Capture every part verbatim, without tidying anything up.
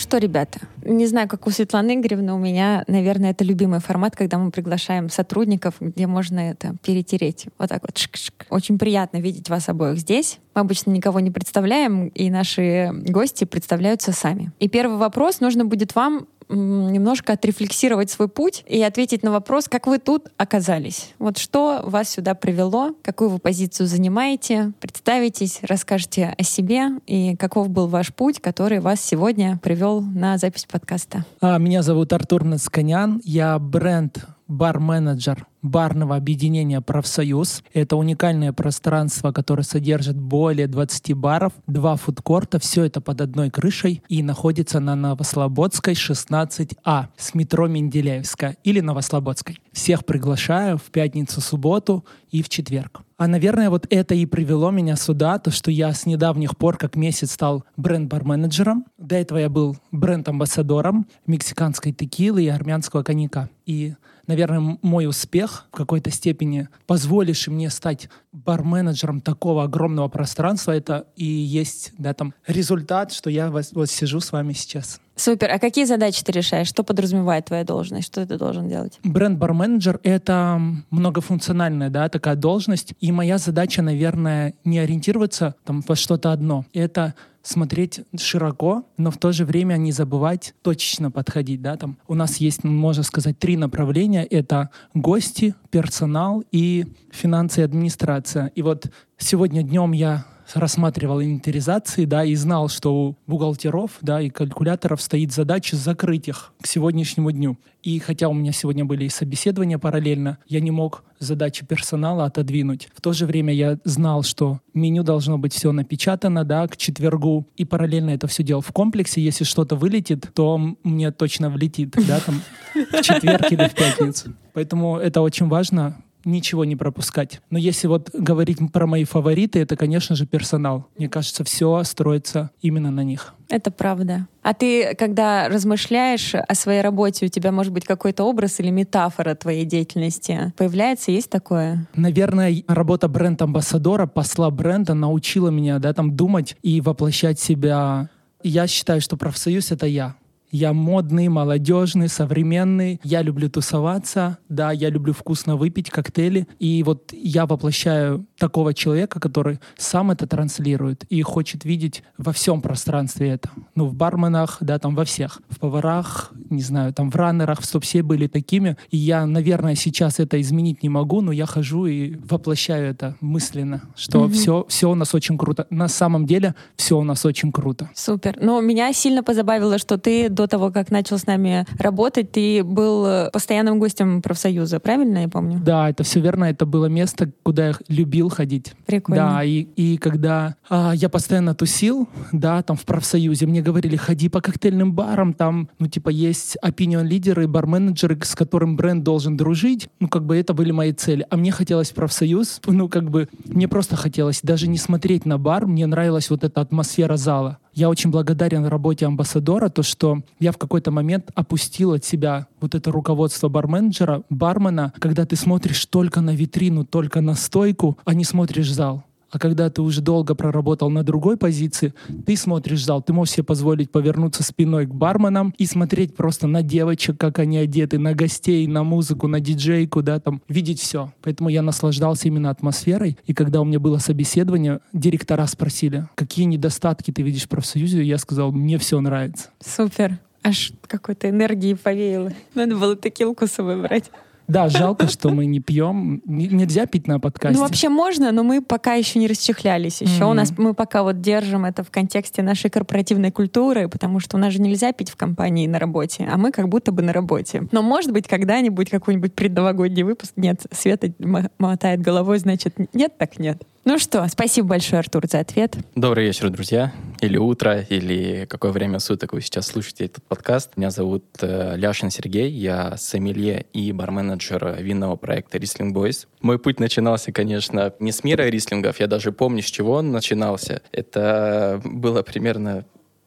что, ребята, не знаю, как у Светланы Игоревны, у меня, наверное, это любимый формат, когда мы приглашаем сотрудников, где можно это перетереть. Вот так вот. Шик-шик. Очень приятно видеть вас обоих здесь. Мы обычно никого не представляем, и наши гости представляются сами. И первый вопрос нужно будет вам немножко отрефлексировать свой путь и ответить на вопрос, как вы тут оказались. Вот что вас сюда привело, какую вы позицию занимаете, представитесь, расскажете о себе и каков был ваш путь, который вас сегодня привел на запись подкаста. А, меня зовут Артур Нацканян, я бренд бар-менеджер барного объединения «Профсоюз». Это уникальное пространство, которое содержит более двадцати баров, два фудкорта. Все это под одной крышей и находится на Новослободской шестнадцать А с метро Менделеевская или Новослободской. Всех приглашаю в пятницу, субботу и в четверг. А, наверное, вот это и привело меня сюда, то, что я с недавних пор, как месяц, стал бренд-бар-менеджером. До этого я был бренд-амбассадором мексиканской текилы и армянского коньяка. И, наверное, мой успех в какой-то степени, позволивший мне стать бар-менеджером такого огромного пространства, это и есть, да, там, результат, что я вот, вот сижу с вами сейчас. Супер. А какие задачи ты решаешь? Что подразумевает твоя должность? Что ты должен делать? Бренд-бар-менеджер — это многофункциональная, да, такая должность. И моя задача, наверное, не ориентироваться там, во что-то одно. Это смотреть широко, но в то же время не забывать точечно подходить. Да? Там у нас есть, можно сказать, три направления. Это гости, персонал и финансы и администрация. И вот сегодня днем я рассматривал инвентаризации, да, и знал, что у бухгалтеров, да, и калькуляторов стоит задача закрыть их к сегодняшнему дню. И хотя у меня сегодня были и собеседования параллельно, я не мог задачи персонала отодвинуть. В то же время я знал, что меню должно быть все напечатано, да, к четвергу, и параллельно это все делал в комплексе. Если что-то вылетит, то мне точно влетит, да, там, в четверг или в пятницу. Поэтому это очень важно. Ничего не пропускать. Но если вот говорить про мои фавориты, это, конечно же, персонал. Мне кажется, все строится именно на них. Это правда. А ты, когда размышляешь о своей работе, у тебя, может быть, какой-то образ или метафора твоей деятельности появляется? Есть такое? Наверное, работа бренд-амбассадора, посла бренда научила меня, да, там, думать и воплощать себя. Я считаю, что профсоюз — это я. Я модный, молодежный, современный. Я люблю тусоваться, да, я люблю вкусно выпить коктейли. И вот я воплощаю такого человека, который сам это транслирует и хочет видеть во всем пространстве это. Ну, в барменах, да, там во всех. В поварах, не знаю, там в раннерах, чтобы все были такими. И я, наверное, сейчас это изменить не могу, но я хожу и воплощаю это мысленно, что mm-hmm. все, все у нас очень круто. На самом деле все у нас очень круто. Супер. Но меня сильно позабавило, что ты до того, как начал с нами работать, ты был постоянным гостем профсоюза, правильно я помню? Да, это все верно. Это было место, куда я любил ходить. Прикольно. Да, и, и когда а, я постоянно тусил, да, там в профсоюзе, мне говорили, ходи по коктейльным барам, там, ну, типа, есть опинион-лидеры, бар-менеджеры, с которым бренд должен дружить. Ну, как бы это были мои цели. А мне хотелось в профсоюз, ну, как бы, мне просто хотелось даже не смотреть на бар, мне нравилась вот эта атмосфера зала. Я очень благодарен работе амбассадора, то, что я в какой-то момент опустил от себя вот это руководство бар-менеджера, бармена, когда ты смотришь только на витрину, только на стойку, а не смотришь в зал. А когда ты уже долго проработал на другой позиции, ты смотришь в зал, ты можешь себе позволить повернуться спиной к барменам и смотреть просто на девочек, как они одеты, на гостей, на музыку, на диджейку, да, там, видеть все. Поэтому я наслаждался именно атмосферой. И когда у меня было собеседование, директора спросили, какие недостатки ты видишь в профсоюзе, я сказал, мне все нравится. Супер. Аж какой-то энергии повеяло. Надо было текилку с собой брать. Да, жалко, что мы не пьем. Нельзя пить на подкасте. Ну, вообще можно, но мы пока еще не расчехлялись. Еще mm-hmm. у нас, мы пока вот держим это в контексте нашей корпоративной культуры, потому что у нас же нельзя пить в компании на работе, а мы как будто бы на работе. Но, может быть, когда-нибудь какой-нибудь предновогодний выпуск. Нет, Света мотает головой, значит, нет, так нет. Ну что, спасибо большое, Артур, за ответ. Добрый вечер, друзья. Или утро, или какое время суток вы сейчас слушаете этот подкаст. Меня зовут э, Ляшин Сергей. Я сомелье и барменеджер винного проекта Riesling Boys. Мой путь начинался, конечно, не с мира рислингов. Я даже помню, с чего он начинался. Это было примерно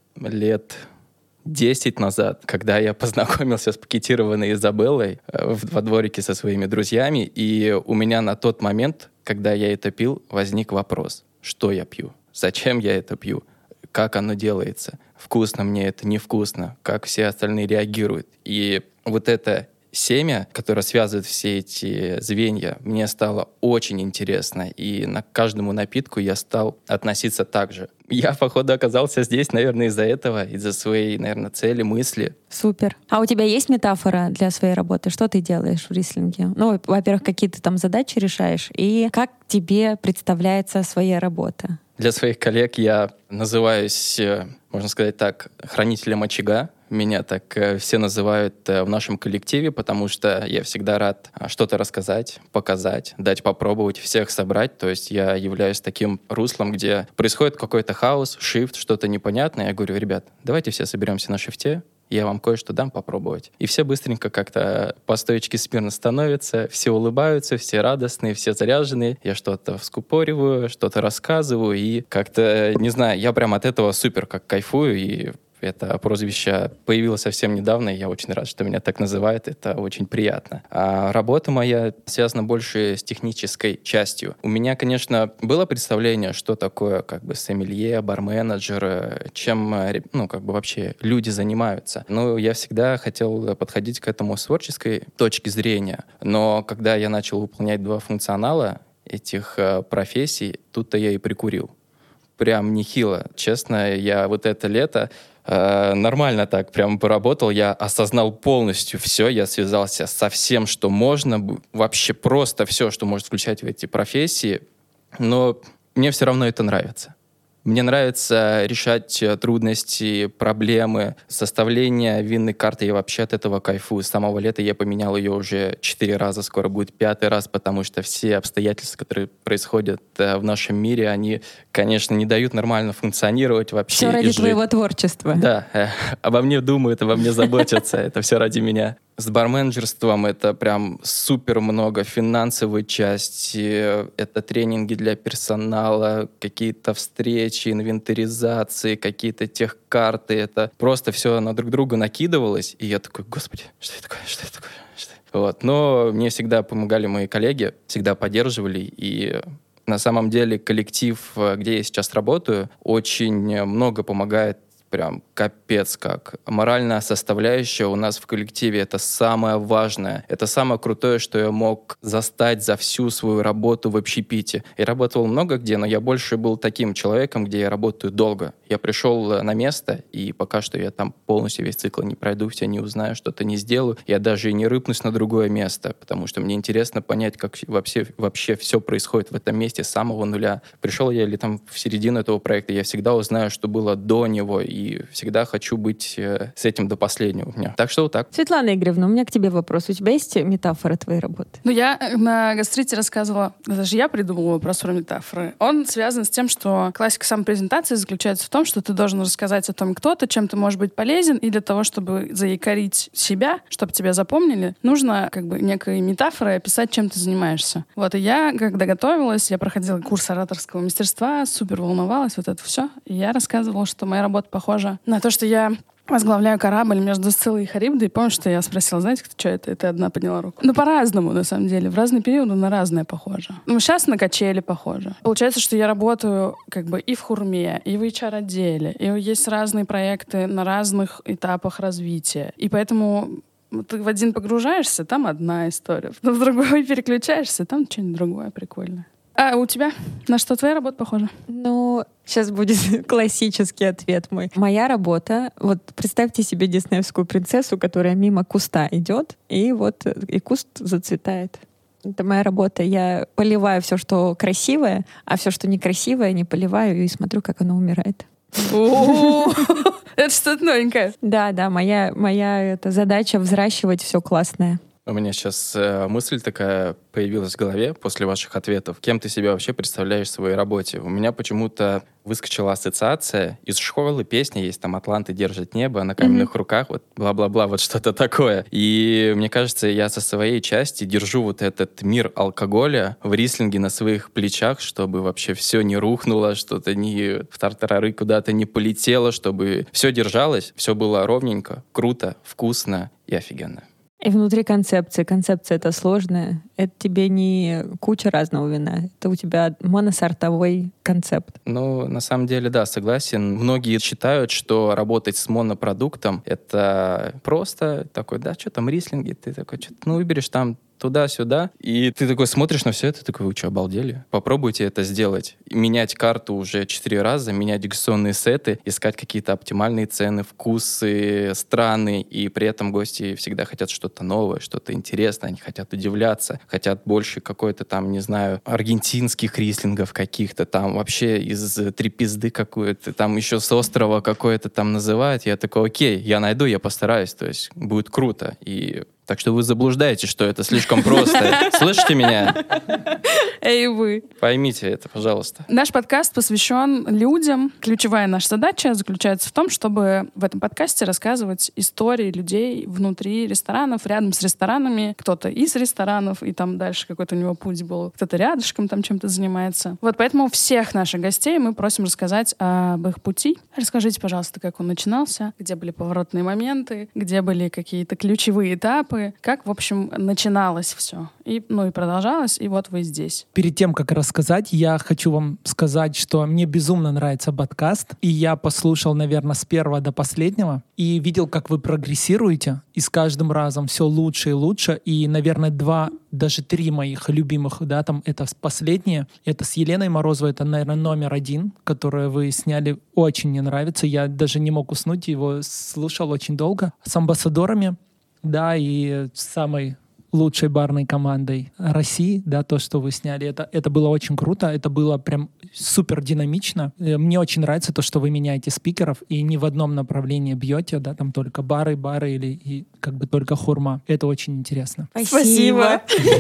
лет десять назад, когда я познакомился с пакетированной Изабеллой во дворике со своими друзьями, и у меня на тот момент, когда я это пил, возник вопрос, что я пью, зачем я это пью, как оно делается, вкусно мне это, невкусно, как все остальные реагируют. И вот это семя, которое связывает все эти звенья, мне стало очень интересно, и на каждому напитку я стал относиться так же. Я, походу, оказался здесь, наверное, из-за этого, из-за своей, наверное, цели, мысли. Супер. А у тебя есть метафора для своей работы? Что ты делаешь в рислинге? Ну, во-первых, какие ты там задачи решаешь, и как тебе представляется своя работа? Для своих коллег я называюсь, можно сказать так, хранителем очага. Меня так э, все называют э, в нашем коллективе, потому что я всегда рад э, что-то рассказать, показать, дать попробовать, всех собрать. То есть я являюсь таким руслом, где происходит какой-то хаос, шифт, что-то непонятное. Я говорю: ребят, давайте все соберемся на шифте, я вам кое-что дам попробовать. И все быстренько как-то по стоечке смирно становятся, все улыбаются, все радостные, все заряженные. Я что-то вскупориваю, что-то рассказываю, и как-то, не знаю, я прям от этого супер как кайфую, и это прозвище появилось совсем недавно, и я очень рад, что меня так называют. Это очень приятно. А работа моя связана больше с технической частью. У меня, конечно, было представление, что такое как бы сомелье, барменеджер, чем, ну, как бы вообще люди занимаются. Но я всегда хотел подходить к этому с творческой точки зрения. Но когда я начал выполнять два функционала этих э, профессий, тут-то я и прикурил. Прям нехило. Честно, я вот это лето э, нормально так прям поработал. Я осознал полностью все. Я связался со всем, что можно. Вообще просто все, что может включать в эти профессии. Но мне все равно это нравится. Мне нравится решать трудности, проблемы, составление винной карты. Я вообще от этого кайфую. С самого лета я поменял ее уже четыре раза, скоро будет пятый раз, потому что все обстоятельства, которые происходят в нашем мире, они, конечно, не дают нормально функционировать вообще. Все ради твоего творчества. Да, обо мне думают, обо мне заботятся. Это все ради меня. С барменджерством это прям супер много финансовой части, это тренинги для персонала, какие-то встречи, инвентаризации, какие-то техкарты. Это просто все на друг друга накидывалось, и я такой: господи, что это такое, что это такое? Что это? Вот. Но мне всегда помогали мои коллеги, всегда поддерживали, и на самом деле коллектив, где я сейчас работаю, очень много помогает. Прям капец как. Моральная составляющая у нас в коллективе — это самое важное. Это самое крутое, что я мог застать за всю свою работу в общепите. Я работал много где, но я больше был таким человеком, где я работаю долго. Я пришел на место, и пока что я там полностью весь цикл не пройду, все не узнаю, что-то не сделаю. Я даже и не рыпнусь на другое место, потому что мне интересно понять, как вообще, вообще все происходит в этом месте с самого нуля. Пришел я или там в середину этого проекта, я всегда узнаю, что было до него, и И всегда хочу быть э, с этим до последнего дня. Так что вот так. Светлана Игоревна, у меня к тебе вопрос. У тебя есть метафора твоей работы? Ну, я на гастрите рассказывала, даже я придумала вопрос про метафоры. Он связан с тем, что классика самопрезентации заключается в том, что ты должен рассказать о том, кто ты, чем ты можешь быть полезен, и для того, чтобы заякорить себя, чтобы тебя запомнили, нужно как бы некой метафорой описать, чем ты занимаешься. Вот, и я, когда готовилась, я проходила курс ораторского мастерства, супер волновалась, вот это все. И я рассказывала, что моя работа похожа на то, что я возглавляю корабль между Сциллой и Харибдой. И помнишь, что я спросила: знаете, кто, что это? И ты одна подняла руку. Ну, по-разному, на самом деле. В разные периоды на разное похоже. Ну, сейчас на качели похоже. Получается, что я работаю как бы и в хурме, и в эйч ар-отделе. И есть разные проекты на разных этапах развития. И поэтому ты в один погружаешься, там одна история. Потом в другой переключаешься, там что-нибудь другое прикольное. А у тебя? На что твоя работа похожа? Ну, сейчас будет классический ответ мой. Моя работа, вот представьте себе диснеевскую принцессу, которая мимо куста идет, и вот и куст зацветает. Это моя работа. Я поливаю все, что красивое, а все, что некрасивое, не поливаю и смотрю, как оно умирает. Это что-то новенькое. Да, да, моя моя задача взращивать все классное. У меня сейчас э, мысль такая появилась в голове после ваших ответов. Кем ты себя вообще представляешь в своей работе? У меня почему-то выскочила ассоциация из школы, песня есть, там «Атланты держат небо на каменных mm-hmm. руках», вот бла-бла-бла, вот что-то такое. И мне кажется, я со своей части держу вот этот мир алкоголя в рислинге на своих плечах, чтобы вообще все не рухнуло, что-то не в тартарары куда-то не полетело, чтобы все держалось, все было ровненько, круто, вкусно и офигенно. И внутри концепции. Концепция — это сложная. Это тебе не куча разного вина. Это у тебя моносортовой концепт. Ну, на самом деле, да, согласен. Многие считают, что работать с монопродуктом — это просто такой, да, что там, рислинги? Ты такой, что-то, ну, выберешь там туда-сюда, и ты такой смотришь на все это, такой, вы что, обалдели? Попробуйте это сделать. Менять карту уже четыре раза, менять дегустационные сеты, искать какие-то оптимальные цены, вкусы, страны, и при этом гости всегда хотят что-то новое, что-то интересное, они хотят удивляться, хотят больше какой-то там, не знаю, аргентинских рислингов каких-то, там вообще из трепизды какую-то, там еще с острова какое-то там называют. Я такой, окей, я найду, я постараюсь, то есть будет круто. И так что вы заблуждаетесь, что это слишком просто. Слышите меня? Эй, вы. Поймите это, пожалуйста. Наш подкаст посвящен людям. Ключевая наша задача заключается в том, чтобы в этом подкасте рассказывать истории людей внутри ресторанов, рядом с ресторанами. Кто-то из ресторанов, и там дальше какой-то у него путь был. Кто-то рядышком там чем-то занимается. Вот поэтому всех наших гостей мы просим рассказать об их пути. Расскажите, пожалуйста, как он начинался, где были поворотные моменты, где были какие-то ключевые этапы, как, в общем, начиналось все. И, ну и продолжалось, и вот вы здесь. Перед тем, как рассказать, я хочу вам сказать, что мне безумно нравится подкаст, и я послушал, наверное, с первого до последнего, и видел, как вы прогрессируете, и с каждым разом все лучше и лучше, и, наверное, два, даже три моих любимых, да, там, это последние, это с Еленой Морозовой, это, наверное, номер один, которое вы сняли, очень мне нравится, я даже не мог уснуть, его слушал очень долго, с амбассадорами, да, и с самой лучшей барной командой России, да, то, что вы сняли, это, это было очень круто, это было прям супер динамично. Мне очень нравится то, что вы меняете спикеров и не в одном направлении бьете, да, там только бары, бары или и как бы только хурма. Это очень интересно. Спасибо.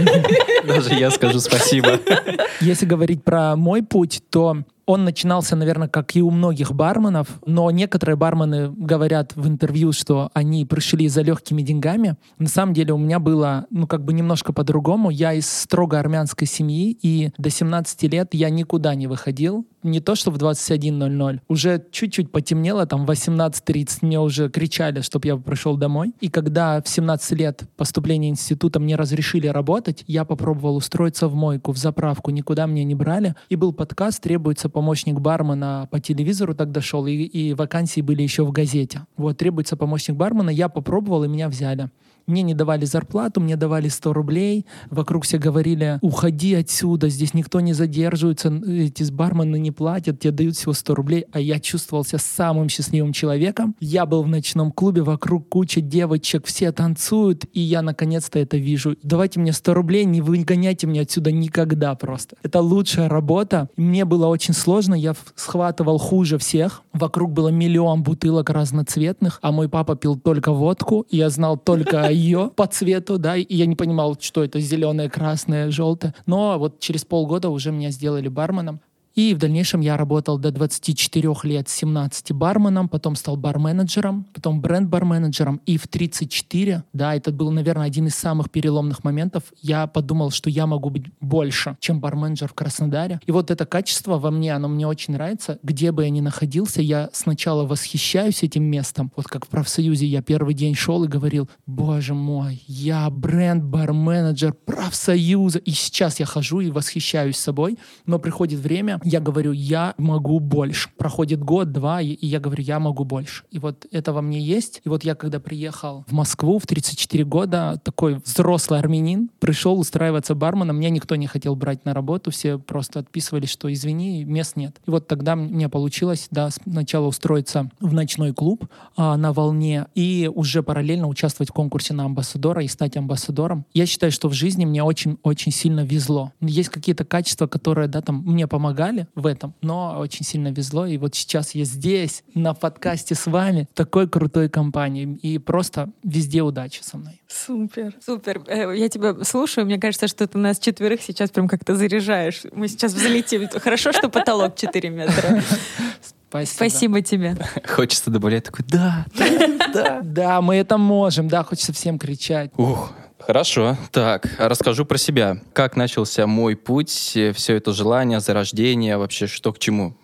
Даже я скажу спасибо. Если говорить про мой путь, то он начинался, наверное, как и у многих барменов, но некоторые бармены говорят в интервью, что они пришли за легкими деньгами. На самом деле у меня было, ну, как бы немножко по-другому. Я из строго армянской семьи, и до семнадцати лет я никуда не выходил. Не то, что в двадцать один ноль ноль. Уже чуть-чуть потемнело, там в восемнадцать тридцать мне уже кричали, чтобы я пришел домой. И когда в семнадцать лет поступления института мне разрешили работать, я попробовал устроиться в мойку, в заправку, никуда меня не брали. И был подкаст «Требуется помощник бармена», по телевизору тогда шел, и, и вакансии были еще в газете. Вот, «Требуется помощник бармена», я попробовал, и меня взяли. Мне не давали зарплату, мне давали сто рублей. Вокруг все говорили: уходи отсюда, здесь никто не задерживается, эти бармены не платят, тебе дают всего сто рублей. А я чувствовал себя самым счастливым человеком. Я был в ночном клубе, вокруг куча девочек, все танцуют, и я наконец-то это вижу. Давайте мне сто рублей, не выгоняйте меня отсюда никогда просто. Это лучшая работа. Мне было очень сложно, я схватывал хуже всех. Вокруг было миллион бутылок разноцветных, а мой папа пил только водку, и я знал только ее по цвету, да, и я не понимал, что это зеленое, красное, желтое. Но вот через полгода уже меня сделали барменом. И в дальнейшем я работал до двадцати четырёх лет, с семнадцати барменом, потом стал бар-менеджером, потом бренд-бар-менеджером. И в тридцать четыре, да, это был, наверное, один из самых переломных моментов, я подумал, что я могу быть больше, чем бар-менеджер в Краснодаре. И вот это качество во мне, оно мне очень нравится. Где бы я ни находился, я сначала восхищаюсь этим местом. Вот как в профсоюзе я первый день шел и говорил: боже мой, я бренд-бар-менеджер профсоюза. И сейчас я хожу и восхищаюсь собой, но приходит время, я говорю, я могу больше. Проходит год, два, и я говорю, я могу больше. И вот это во мне есть. И вот я, когда приехал в Москву в тридцать четыре года, такой взрослый армянин, пришел устраиваться барменом, меня никто не хотел брать на работу, все просто отписывались, что извини, мест нет. И вот тогда мне получилось, да, сначала устроиться в ночной клуб а, на волне и уже параллельно участвовать в конкурсе на амбассадора и стать амбассадором. Я считаю, что в жизни мне очень-очень сильно везло. Есть какие-то качества, которые, да, там, мне помогали в этом, но очень сильно везло. И вот сейчас я здесь, на подкасте с вами, в такой крутой компании. И просто везде удачи со мной. Супер. Супер. Я тебя слушаю, мне кажется, что ты нас четверых сейчас прям как-то заряжаешь. Мы сейчас взлетим. Хорошо, что потолок четыре метра. Спасибо. Спасибо тебе. Хочется добавлять такой: да, да, да. Да, мы это можем, да, хочется всем кричать. Ух. Хорошо. Так, расскажу про себя. Как начался мой путь, все это желание, зарождение, вообще что к чему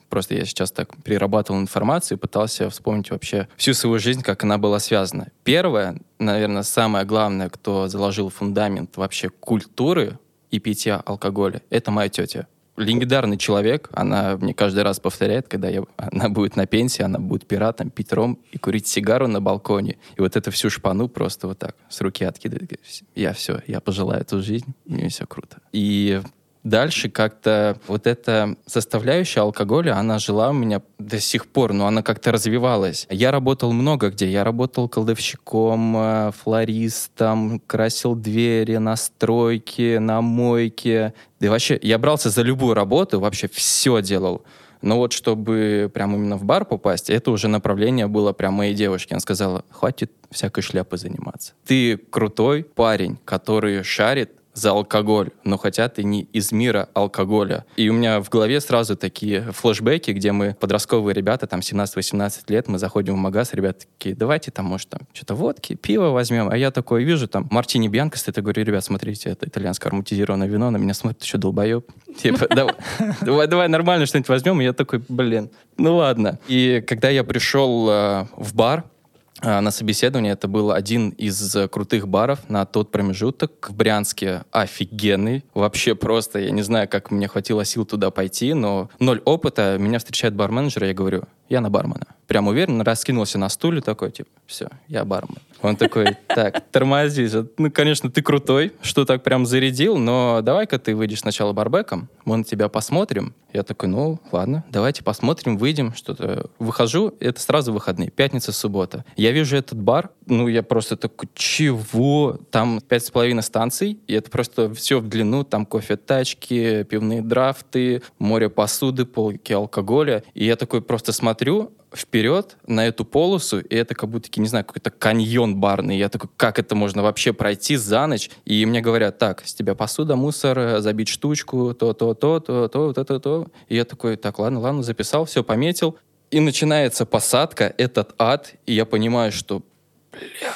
Просто я сейчас так перерабатывал информацию и пытался вспомнить вообще всю свою жизнь, как она была связана. Первое, наверное, самое главное, кто заложил фундамент вообще культуры и питья алкоголя, это моя тетя. Легендарный человек, она мне каждый раз повторяет, когда я, она будет на пенсии, она будет пиратом, пить ром и курить сигару на балконе. И вот эту всю шпану просто вот так с руки откидывает. Я все, я пожелаю эту жизнь, мне все круто. И дальше как-то вот эта составляющая алкоголя, она жила у меня до сих пор, но она как-то развивалась. Я работал много где. Я работал кладовщиком, флористом, красил двери на стройке, на мойке. Да и вообще, я брался за любую работу, вообще все делал. Но вот чтобы прям именно в бар попасть, это уже направление было прям моей девушки. Она сказала, хватит всякой шляпой заниматься. Ты крутой парень, который шарит за алкоголь, но хотя ты не из мира алкоголя. И у меня в голове сразу такие флешбеки, где мы, подростковые ребята, там семнадцать-восемнадцать лет, мы заходим в магаз, ребята такие, давайте там, может, там что-то водки, пиво возьмем. А я такой вижу, там, мартини бьянко стоит, я говорю, ребят, смотрите, это итальянское ароматизированное вино, на меня смотрит, ты что, долбоеб? Типа, давай, давай нормально что-нибудь возьмем. И я такой, блин, ну ладно. И когда я пришел в бар, на собеседование, это был один из крутых баров на тот промежуток в Брянске. Офигенный. Вообще просто, я не знаю, как мне хватило сил туда пойти, но ноль опыта. Меня встречает бар-менеджер, я говорю, я на бармена. Прям уверенно раскинулся на стуле такой, типа, все, я бармен. Он такой, так, тормози же. Ну, конечно, ты крутой, что так прям зарядил, но давай-ка ты выйдешь сначала барбеком, мы на тебя посмотрим. Я такой, ну, ладно, давайте посмотрим, выйдем, что-то. Выхожу, это сразу выходные, пятница, суббота. Я вижу этот бар, ну, я просто такой, чего? Там пять с половиной станций, и это просто все в длину, там кофе-тачки, пивные драфты, море посуды, полки алкоголя. И я такой просто смотрю вперед на эту полосу, и это как будто, не знаю, какой-то каньон барный. Я такой, как это можно вообще пройти за ночь? И мне говорят, так, с тебя посуда, мусор, забить штучку, то-то-то, то-то, то-то-то. И я такой, так, ладно, ладно, записал, все, пометил. И начинается посадка, этот ад, и я понимаю, что, бля...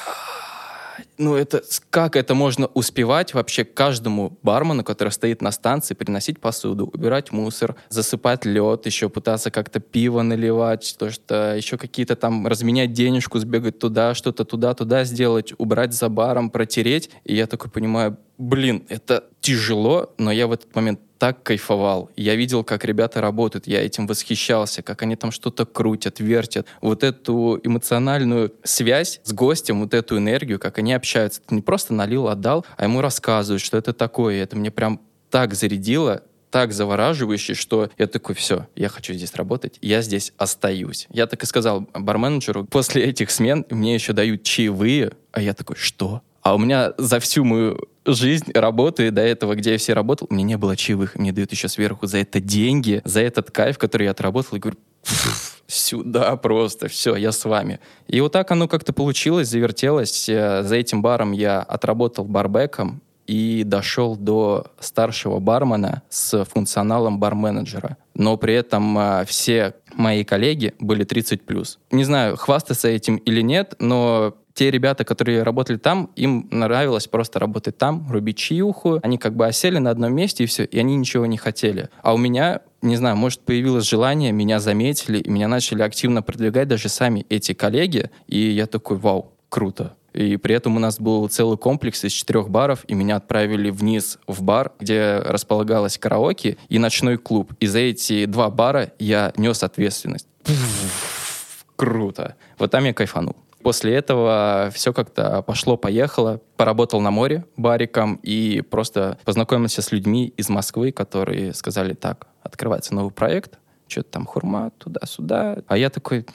Ну, это как это можно успевать вообще каждому бармену, который стоит на станции, приносить посуду, убирать мусор, засыпать лед, еще пытаться как-то пиво наливать, то что еще какие-то там разменять денежку, сбегать туда, что-то туда-туда сделать, убрать за баром, протереть. И я такой понимаю, блин, это тяжело, но я в этот момент так кайфовал. Я видел, как ребята работают, я этим восхищался, как они там что-то крутят, вертят. Вот эту эмоциональную связь с гостем, вот эту энергию, как они общаются. Ты не просто налил, отдал, а ему рассказывают, что это такое. И это мне прям так зарядило, так завораживающе, что я такой, все, я хочу здесь работать, я здесь остаюсь. Я так и сказал барменеджеру, после этих смен мне еще дают чаевые, а я такой, что? А у меня за всю мою жизнь работы до этого, где я все работал, мне не было чаевых. Мне дают еще сверху за это деньги, за этот кайф, который я отработал. И говорю, сюда просто, все, я с вами. И вот так оно как-то получилось, завертелось. За этим баром я отработал барбеком и дошел до старшего бармена с функционалом бар-менеджера. Но при этом а, все мои коллеги были тридцать плюс. Не знаю, хвастаться этим или нет, но те ребята, которые работали там, им нравилось просто работать там, рубить чаюху. Они как бы осели на одном месте, и все, и они ничего не хотели. А у меня, не знаю, может, появилось желание, меня заметили, и меня начали активно продвигать даже сами эти коллеги. И я такой, вау, круто. И при этом у нас был целый комплекс из четырех баров, и меня отправили вниз в бар, где располагалось караоке и ночной клуб. И за эти два бара я нес ответственность. Круто. Вот там я кайфанул. После этого все как-то пошло-поехало. Поработал на море бариком и просто познакомился с людьми из Москвы, которые сказали, так, открывается новый проект, что-то там хурма, туда-сюда. А я такой,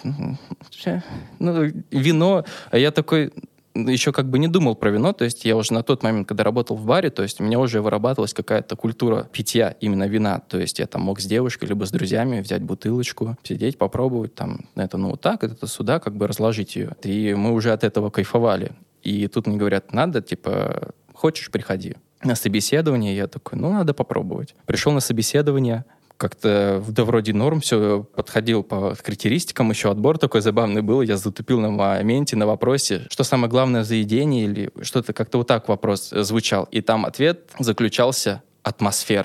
ну, вино. А я такой... еще как бы не думал про вино, то есть я уже на тот момент, когда работал в баре, то есть у меня уже вырабатывалась какая-то культура питья именно вина, то есть я там мог с девушкой либо с друзьями взять бутылочку, сидеть, попробовать там это ну вот так, это сюда, как бы разложить ее. И мы уже от этого кайфовали. И тут мне говорят, надо, типа, хочешь, приходи. На собеседование я такой, ну, надо попробовать. Пришел на собеседование, как-то да вроде норм, все подходил по характеристикам, еще отбор такой забавный был, я затупил на моменте, на вопросе, что самое главное в заведении, или что-то как-то вот так вопрос звучал. И там ответ заключался атмосфера.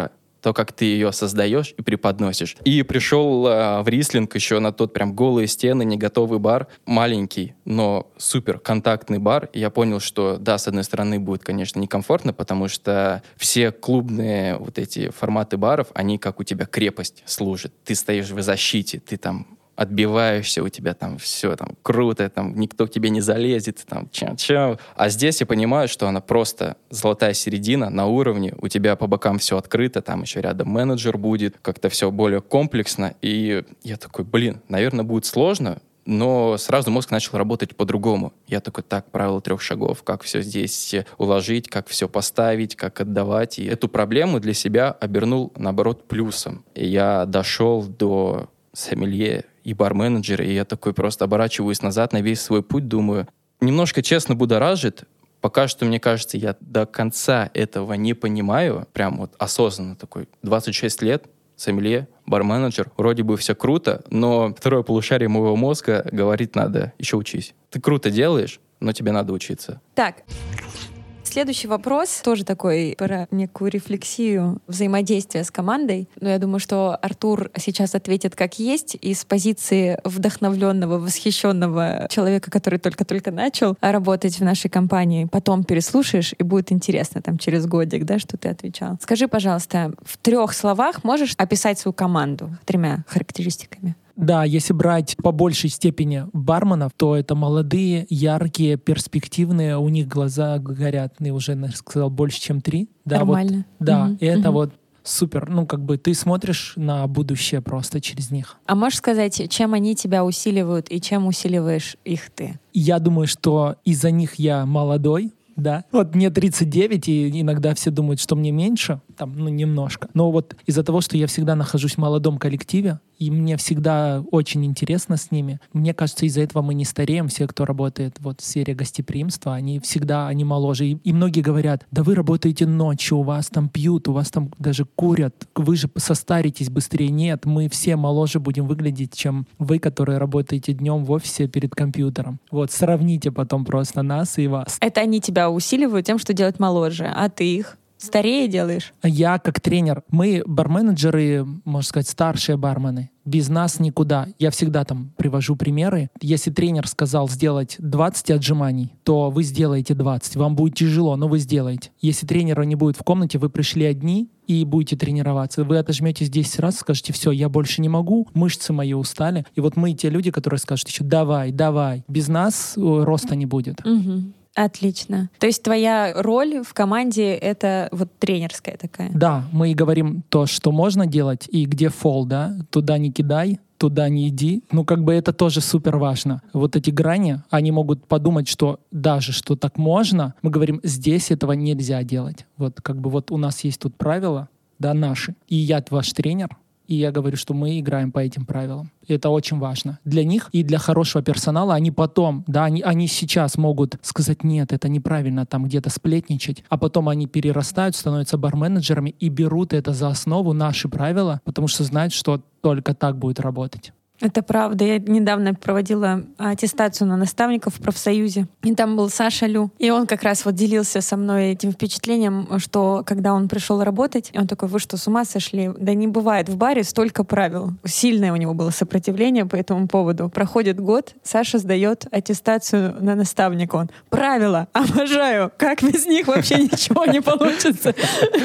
то, как ты ее создаешь и преподносишь. И пришел э, в рислинг еще на тот прям голые стены, не готовый бар, маленький, но супер контактный бар. И я понял, что да, с одной стороны будет, конечно, некомфортно, потому что все клубные вот эти форматы баров, они как у тебя крепость служат. Ты стоишь в защите, ты там отбиваешься, у тебя там все там круто, там никто к тебе не залезет, там чау-чау. А здесь я понимаю, что она просто золотая середина на уровне, у тебя по бокам все открыто, там еще рядом менеджер будет, как-то все более комплексно. И я такой, блин, наверное, будет сложно, но сразу мозг начал работать по-другому. Я такой, так, правило трех шагов, как все здесь уложить, как все поставить, как отдавать. И эту проблему для себя обернул, наоборот, плюсом. И я дошел до сомелье и бар-менеджер, и я такой просто оборачиваюсь назад на весь свой путь, думаю, немножко честно будоражит. Пока что, мне кажется, я до конца этого не понимаю, прям вот осознанно такой, двадцать шесть лет, сомелье, бар-менеджер, вроде бы все круто, но второе полушарие моего мозга говорит, надо, еще учись. Ты круто делаешь, но тебе надо учиться. Так, следующий вопрос тоже такой про некую рефлексию взаимодействия с командой. Но я думаю, что Артур сейчас ответит как есть, из позиции вдохновленного, восхищенного человека, который только-только начал работать в нашей компании. Потом переслушаешь, и будет интересно там через годик, да, что ты отвечал. Скажи, пожалуйста, в трех словах можешь описать свою команду тремя характеристиками? Да, если брать по большей степени барменов, то это молодые, яркие, перспективные, у них глаза горят, и уже, наверное, сказал, больше, чем три. Да, Нормально. Вот, да, угу. и это угу. вот супер. Ну, как бы ты смотришь на будущее просто через них. А можешь сказать, чем они тебя усиливают и чем усиливаешь их ты? Я думаю, что из-за них я молодой, да. Вот мне тридцать девять, и иногда все думают, что мне меньше, там, ну, немножко. Но вот из-за того, что я всегда нахожусь в молодом коллективе, и мне всегда очень интересно с ними, мне кажется, из-за этого мы не стареем. Все, кто работает вот в сфере гостеприимства, они всегда, они моложе. И, и многие говорят, да вы работаете ночью, у вас там пьют, у вас там даже курят, вы же состаритесь быстрее. Нет, мы все моложе будем выглядеть, чем вы, которые работаете днем в офисе перед компьютером. Вот, сравните потом просто нас и вас. Это они тебя усиливают тем, что делать моложе, а ты их старее делаешь? Я как тренер. Мы барменеджеры, можно сказать, старшие бармены. Без нас никуда. Я всегда там привожу примеры. Если тренер сказал сделать двадцать отжиманий, то вы сделаете двадцать. Вам будет тяжело, но вы сделаете. Если тренера не будет в комнате, вы пришли одни и будете тренироваться. Вы отожметесь десять раз, скажете, все, я больше не могу, мышцы мои устали. И вот мы те люди, которые скажут еще, давай, давай. Без нас роста не будет. Угу. Отлично. То есть твоя роль в команде — это вот тренерская такая? Да, мы и говорим то, что можно делать, и где фол, да, туда не кидай, туда не иди. Ну, как бы это тоже супер важно. Вот эти грани, они могут подумать, что даже что так можно, мы говорим, здесь этого нельзя делать. Вот как бы вот у нас есть тут правила, да, наши, и я ваш тренер, и я говорю, что мы играем по этим правилам. И это очень важно. Для них и для хорошего персонала они потом, да, они, они сейчас могут сказать, нет, это неправильно, там где-то сплетничать, а потом они перерастают, становятся бар-менеджерами и берут это за основу, наши правила, потому что знают, что только так будет работать. Это правда. Я недавно проводила аттестацию на наставников в профсоюзе. И там был Саша Лю. И он как раз вот делился со мной этим впечатлением, что когда он пришел работать, он такой, вы что, с ума сошли? Да не бывает в баре столько правил. Сильное у него было сопротивление по этому поводу. Проходит год, Саша сдает аттестацию на наставника. Он, правила, обожаю. Как без них вообще ничего не получится?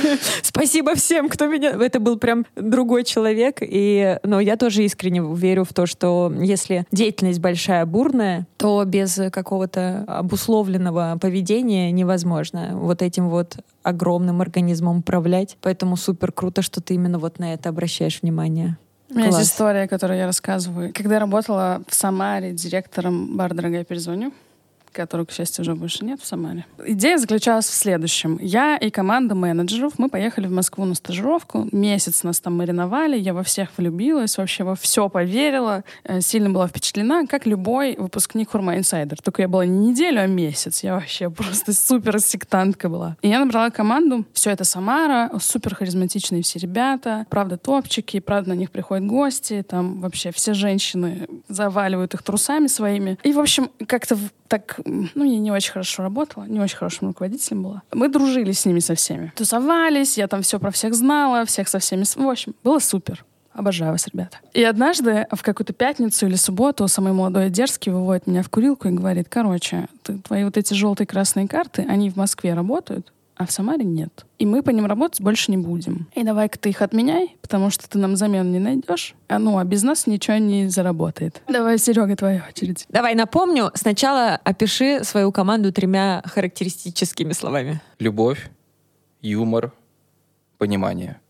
Спасибо всем, кто меня... Это был прям другой человек. И, но я тоже искренне верю в то, что если деятельность большая, бурная, то без какого-то обусловленного поведения невозможно вот этим вот огромным организмом управлять. Поэтому супер круто, что ты именно вот на это обращаешь внимание. У меня Класс. есть история, которую я рассказываю. Когда я работала в Самаре директором бара «Дорогая, перезвоню», которого, к счастью, уже больше нет в Самаре. Идея заключалась в следующем. Я и команда менеджеров, мы поехали в Москву на стажировку. Месяц нас там мариновали, я во всех влюбилась, вообще во все поверила, сильно была впечатлена, как любой выпускник Хурма Инсайдер. Только я была не неделю, а месяц. Я вообще просто супер сектантка была. И я набрала команду. Все это Самара, супер харизматичные все ребята, правда топчики, правда на них приходят гости, там вообще все женщины заваливают их трусами своими. И, в общем, как-то так них, ну, я не очень хорошо работала, не очень хорошим руководителем была. Мы дружили с ними со всеми. Тусовались, я там все про всех знала, всех со всеми... В общем, было супер. Обожаю вас, ребята. И однажды в какую-то пятницу или субботу самый молодой и дерзкий выводит меня в курилку и говорит: короче, ты, твои вот эти желтые красные карты, они в Москве работают, а в Самаре нет. И мы по ним работать больше не будем. И давай-ка ты их отменяй, потому что ты нам замену не найдешь. А ну, а без нас ничего не заработает. Давай, Серега, твоя очередь. Давай напомню. Сначала опиши свою команду тремя характеристическими словами. Любовь, юмор, понимание.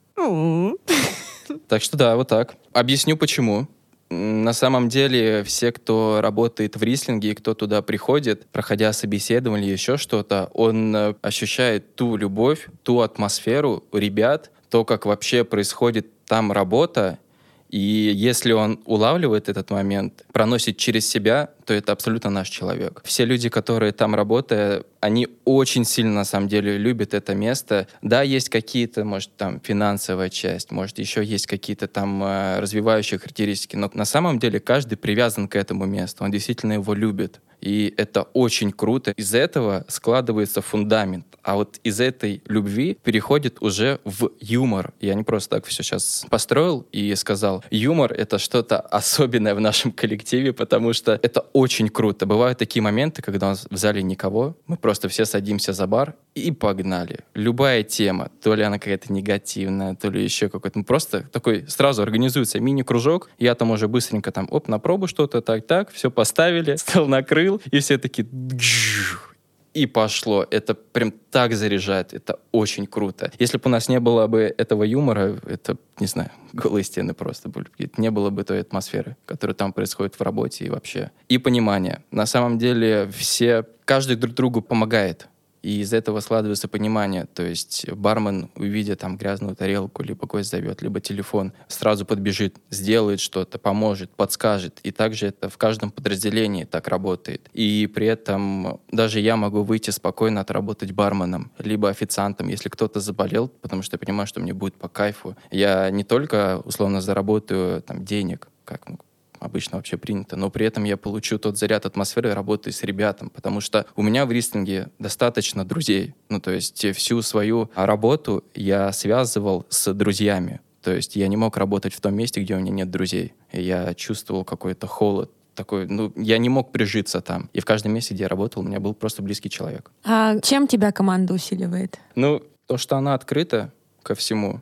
Так что да, вот так. Объясню почему. На самом деле все, кто работает в рислинге и кто туда приходит, проходя собеседование или еще что-то, он ощущает ту любовь, ту атмосферу ребят, то, как вообще происходит там работа. И если он улавливает этот момент, проносит через себя, то это абсолютно наш человек. Все люди, которые там работают, они очень сильно, на самом деле, любят это место. Да, есть какие-то, может, там, финансовая часть, может, еще есть какие-то там э, развивающие характеристики, но на самом деле каждый привязан к этому месту, он действительно его любит. И это очень круто. Из этого складывается фундамент. А вот из этой любви переходит уже в юмор. Я не просто так все сейчас построил и сказал. Юмор — это что-то особенное в нашем коллективе, потому что это очень круто. Бывают такие моменты, когда у нас в зале никого, мы просто все садимся за бар и погнали. Любая тема, то ли она какая-то негативная, то ли еще какой-то. Просто такой сразу организуется мини-кружок. Я там уже быстренько там, оп, на пробу что-то, так-так, все поставили, стол накрыл, и все такие... И пошло. Это прям так заряжает. Это очень круто. Если бы у нас не было бы этого юмора, это, не знаю, голые стены просто были. Не было бы той атмосферы, которая там происходит в работе и вообще. И понимание. На самом деле все... Каждый друг другу помогает. И из этого складывается понимание. То есть бармен, увидя там грязную тарелку, либо гость зовет, либо телефон, сразу подбежит, сделает что-то, поможет, подскажет. И также это в каждом подразделении так работает. И при этом даже я могу выйти спокойно отработать барменом, либо официантом, если кто-то заболел, потому что я понимаю, что мне будет по кайфу. Я не только, условно, заработаю там денег, как ну, обычно вообще принято, но при этом я получу тот заряд атмосферы работы с ребятом, потому что у меня в рислинге достаточно друзей. Ну, то есть всю свою работу я связывал с друзьями. То есть я не мог работать в том месте, где у меня нет друзей. И я чувствовал какой-то холод. Такой, ну, я не мог прижиться там. И в каждом месте, где я работал, у меня был просто близкий человек. А чем тебя команда усиливает? Ну, то, что она открыта ко всему,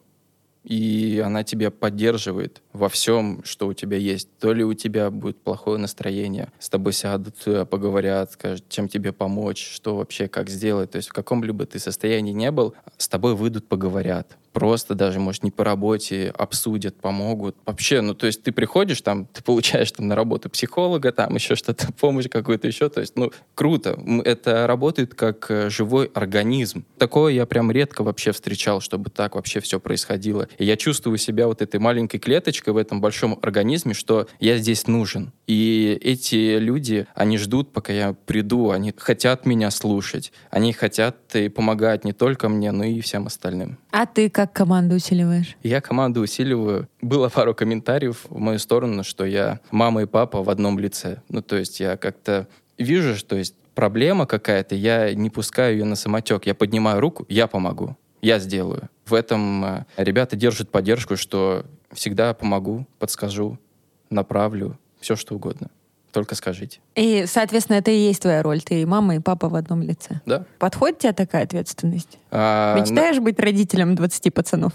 и она тебя поддерживает во всем, что у тебя есть. То ли у тебя будет плохое настроение, с тобой сядут, поговорят, скажут, чем тебе помочь, что вообще, как сделать. То есть в каком-либо ты состоянии не был, с тобой выйдут, поговорят. Просто даже, может, не по работе, обсудят, помогут. Вообще, ну, то есть ты приходишь, там, ты получаешь там на работу психолога, там еще что-то, помощь какую-то еще. То есть, ну, круто. Это работает как живой организм. Такое я прям редко вообще встречал, чтобы так вообще все происходило. И я чувствую себя вот этой маленькой клеточкой в этом большом организме, что я здесь нужен. И эти люди, они ждут, пока я приду, они хотят меня слушать, они хотят и помогать не только мне, но и всем остальным. А ты как команду усиливаешь? Я команду усиливаю. Было пару комментариев в мою сторону, что я мама и папа в одном лице. Ну, то есть я как-то вижу, что есть проблема какая-то, я не пускаю ее на самотек. Я поднимаю руку, я помогу, я сделаю. В этом ребята держат поддержку, что всегда помогу, подскажу, направлю, все что угодно. Только скажите. И, соответственно, это и есть твоя роль. Ты и мама, и папа в одном лице. Да. Подходит тебе такая ответственность? А, Мечтаешь на... быть родителем двадцати пацанов?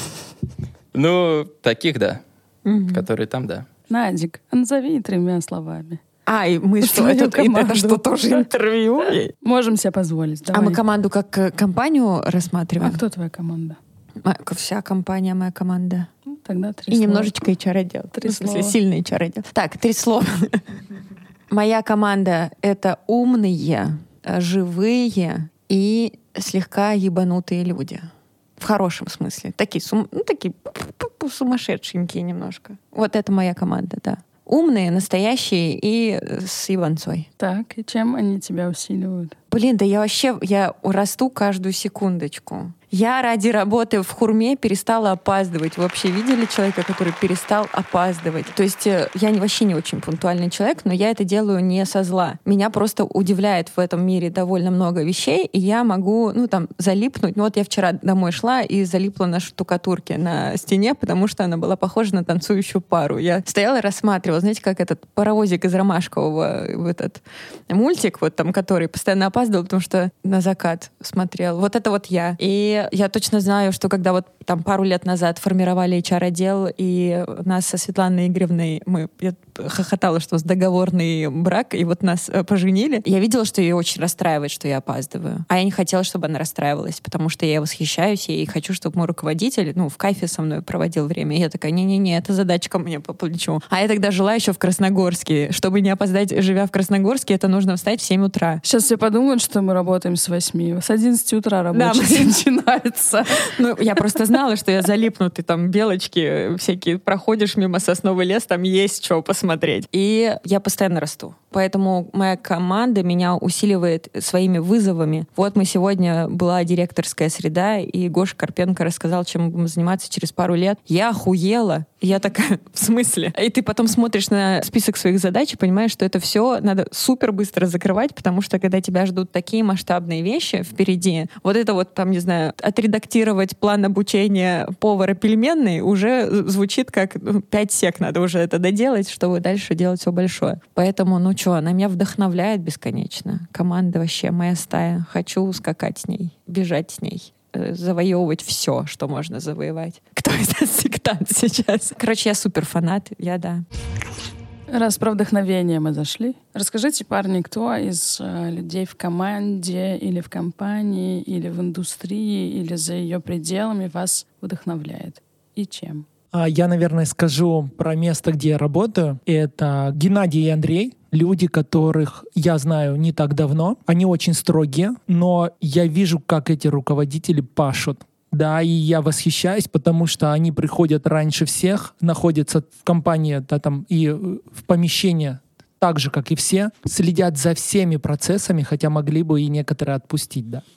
Ну, таких, да. Угу. Которые там, да. Надик, назови тремя словами. А, и мы что, это, это что, тоже интервью? Можем себе позволить. Давай. А мы команду как компанию рассматриваем? А кто твоя команда? Вся компания моя команда. Ну, тогда три И слова. немножечко эйч ар-отдел. Три В смысле, слова. сильный эйч ар-отдел. Так, три слова. Моя команда — это умные, живые и слегка ебанутые люди. В хорошем смысле. Такие, сум... ну, такие сумасшедшенькие немножко. Вот это моя команда, да. Умные, настоящие и с ебанцой. Так, и чем они тебя усиливают? Блин, да я вообще, я расту каждую секундочку. Я ради работы в Хурме перестала опаздывать. Вы вообще видели человека, который перестал опаздывать? То есть я не, вообще не очень пунктуальный человек, но я это делаю не со зла. Меня просто удивляет в этом мире довольно много вещей, и я могу, ну, там, залипнуть. Ну, вот я вчера домой шла и залипла на штукатурке на стене, потому что она была похожа на танцующую пару. Я стояла и рассматривала, знаете, как этот паровозик из Ромашкового, этот мультик, вот там, который постоянно опаздывал, потому что на закат смотрел. Вот это вот я. И я точно знаю, что когда вот там пару лет назад формировали эйч ар-отдел, и нас со Светланой Игоревной, мы, я хохотала, что у нас договорный брак, и вот нас поженили, я видела, что ее очень расстраивает, что я опаздываю. А я не хотела, чтобы она расстраивалась, потому что я ей восхищаюсь, и хочу, чтобы мой руководитель, ну, в кайфе со мной проводил время. И я такая, не-не-не, это задачка мне по плечу. А я тогда жила еще в Красногорске. Чтобы не опоздать, живя в Красногорске, это нужно встать в семь утра. Сейчас все подумают, что мы работаем с восьми. С одиннадцати утра рабочий да, день начинается. Ну, я просто знала, что я залипну, ты там белочки всякие, проходишь мимо сосновый лес, там есть что посмотреть. И я постоянно расту. Поэтому моя команда меня усиливает своими вызовами. Вот мы сегодня была директорская среда, и Гоша Карпенко рассказал, чем мы будем заниматься через пару лет. Я охуела. И я такая, в смысле? И ты потом смотришь на список своих задач и понимаешь, что это все надо супер быстро закрывать, потому что когда тебя ждут такие масштабные вещи впереди, вот это вот там, не знаю, отредактировать план обучения повара пельменной уже звучит как ну, пять сек надо уже это доделать, чтобы дальше делать все большое. Поэтому, ну что, она меня вдохновляет бесконечно. Команда вообще моя стая. Хочу скакать с ней, бежать с ней, завоевывать все, что можно завоевать. Кто из нас сектант сейчас? Короче, я супер фанат, я да. Раз про вдохновение мы зашли, расскажите, парни, кто из э, людей в команде или в компании, или в индустрии, или за ее пределами вас вдохновляет? И чем? Я, наверное, скажу про место, где я работаю. Это Геннадий и Андрей. Люди, которых я знаю не так давно. Они очень строгие, но я вижу, как эти руководители пашут. Да, и я восхищаюсь, потому что они приходят раньше всех, находятся в компании, да, там, и в помещении так же, как и все, следят за всеми процессами, хотя могли бы и некоторые отпустить, да.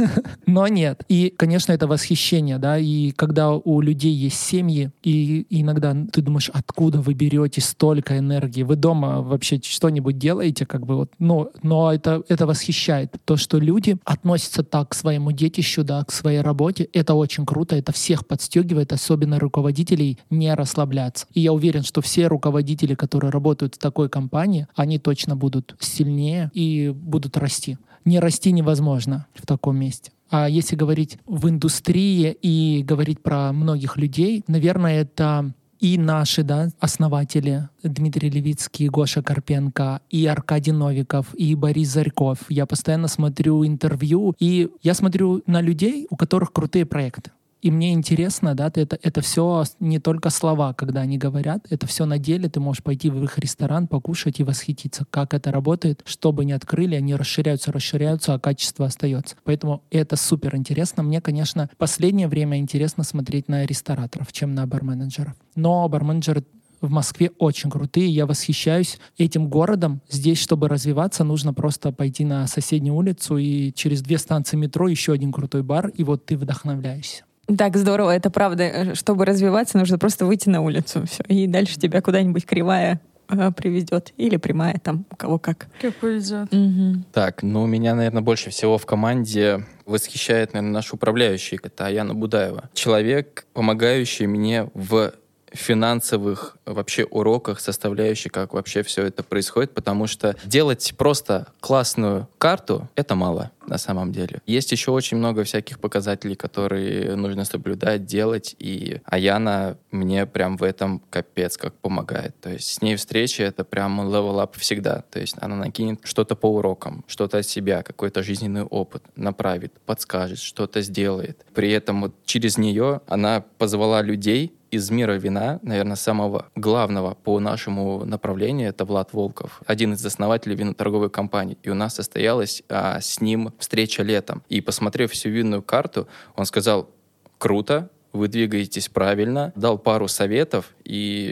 Но нет. И, конечно, это восхищение, да, и когда у людей есть семьи, и иногда ты думаешь, откуда вы берете столько энергии? Вы дома вообще что-нибудь делаете, как бы вот, ну, но это, это восхищает. То, что люди относятся так к своему детищу, да, к своей работе, это очень круто, это всех подстегивает, особенно руководителей, не расслабляться. И я уверен, что все руководители, которые работают в такой компании, они точно будут сильнее и будут расти. Не расти невозможно в таком месте. А если говорить в индустрии и говорить про многих людей, наверное, это и наши, да, основатели Дмитрий Левицкий, Гоша Карпенко, и Аркадий Новиков, и Борис Зарьков. Я постоянно смотрю интервью, и я смотрю на людей, у которых крутые проекты. И мне интересно, да, это, это все не только слова, когда они говорят, это все на деле. Ты можешь пойти в их ресторан, покушать и восхититься, как это работает. Что бы ни открыли, они расширяются, расширяются, а качество остается. Поэтому это супер интересно. Мне, конечно, в последнее время интересно смотреть на рестораторов, чем на барменеджеров. Но барменеджеры в Москве очень крутые, я восхищаюсь этим городом. Здесь, чтобы развиваться, нужно просто пойти на соседнюю улицу, и через две станции метро еще один крутой бар, и вот ты вдохновляешься. Так здорово, это правда. Чтобы развиваться, нужно просто выйти на улицу. Все. И дальше тебя куда-нибудь кривая э, приведет. Или прямая, там, у кого как. Как повезет. Угу. Так, ну, меня, наверное, больше всего в команде восхищает, наверное, наш управляющий. Это Аяна Будаева. Человек, помогающий мне в финансовых вообще уроках, составляющих, как вообще все это происходит, потому что делать просто классную карту — это мало на самом деле. Есть еще очень много всяких показателей, которые нужно соблюдать, делать, и Аяна мне прям в этом капец как помогает. То есть с ней встречи — это прям level up всегда. То есть она накинет что-то по урокам, что-то от себя, какой-то жизненный опыт, направит, подскажет, что-то сделает. При этом вот через нее она позвала людей из мира вина, наверное, самого главного по нашему направлению, это Влад Волков, один из основателей виноторговой компании. И у нас состоялась а, с ним встреча летом. И посмотрев всю винную карту, он сказал: круто, вы двигаетесь правильно, дал пару советов, и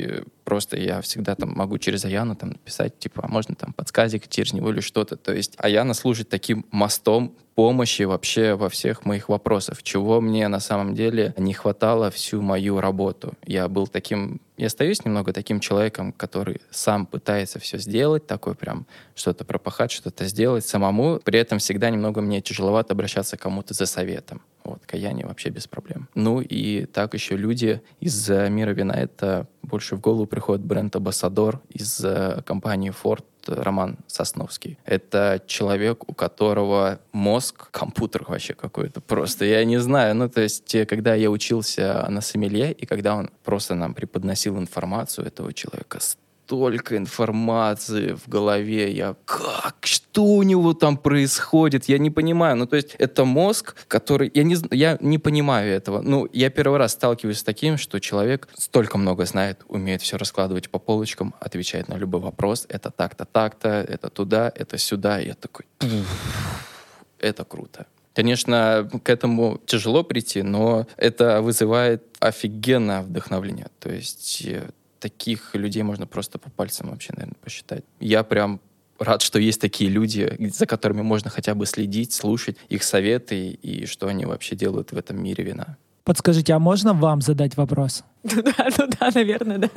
просто я всегда там могу через Аяну там написать, типа, а можно там подсказик через него или что-то. То есть Аяна служит таким мостом помощи вообще во всех моих вопросах, чего мне на самом деле не хватало всю мою работу. Я был таким, я остаюсь немного таким человеком, который сам пытается все сделать, такой прям что-то пропахать, что-то сделать самому. При этом всегда немного мне тяжеловато обращаться к кому-то за советом. Вот, к Аяне вообще без проблем. Ну и так еще люди из мира вина, это больше в голову приходит бренд-амбассадор из компании Ford, Роман Сосновский. Это человек, у которого мозг, компьютер вообще какой-то просто. Я не знаю. Ну, то есть, когда я учился на сомелье, и когда он просто нам преподносил информацию этого человека, столько информации в голове. Я как? Что у него там происходит? Я не понимаю. Ну, то есть, это мозг, который... Я не, я не понимаю этого. Ну, я первый раз сталкиваюсь с таким, что человек столько много знает, умеет все раскладывать по полочкам, отвечает на любой вопрос. Это так-то, так-то, это туда, это сюда. И я такой... Это круто. Конечно, к этому тяжело прийти, но это вызывает офигенное вдохновление. То есть... Таких людей можно просто по пальцам вообще, наверное, посчитать. Я прям рад, что есть такие люди, за которыми можно хотя бы следить, слушать их советы и что они вообще делают в этом мире вина. Подскажите, а можно вам задать вопрос? Ну да, ну да, наверное, да.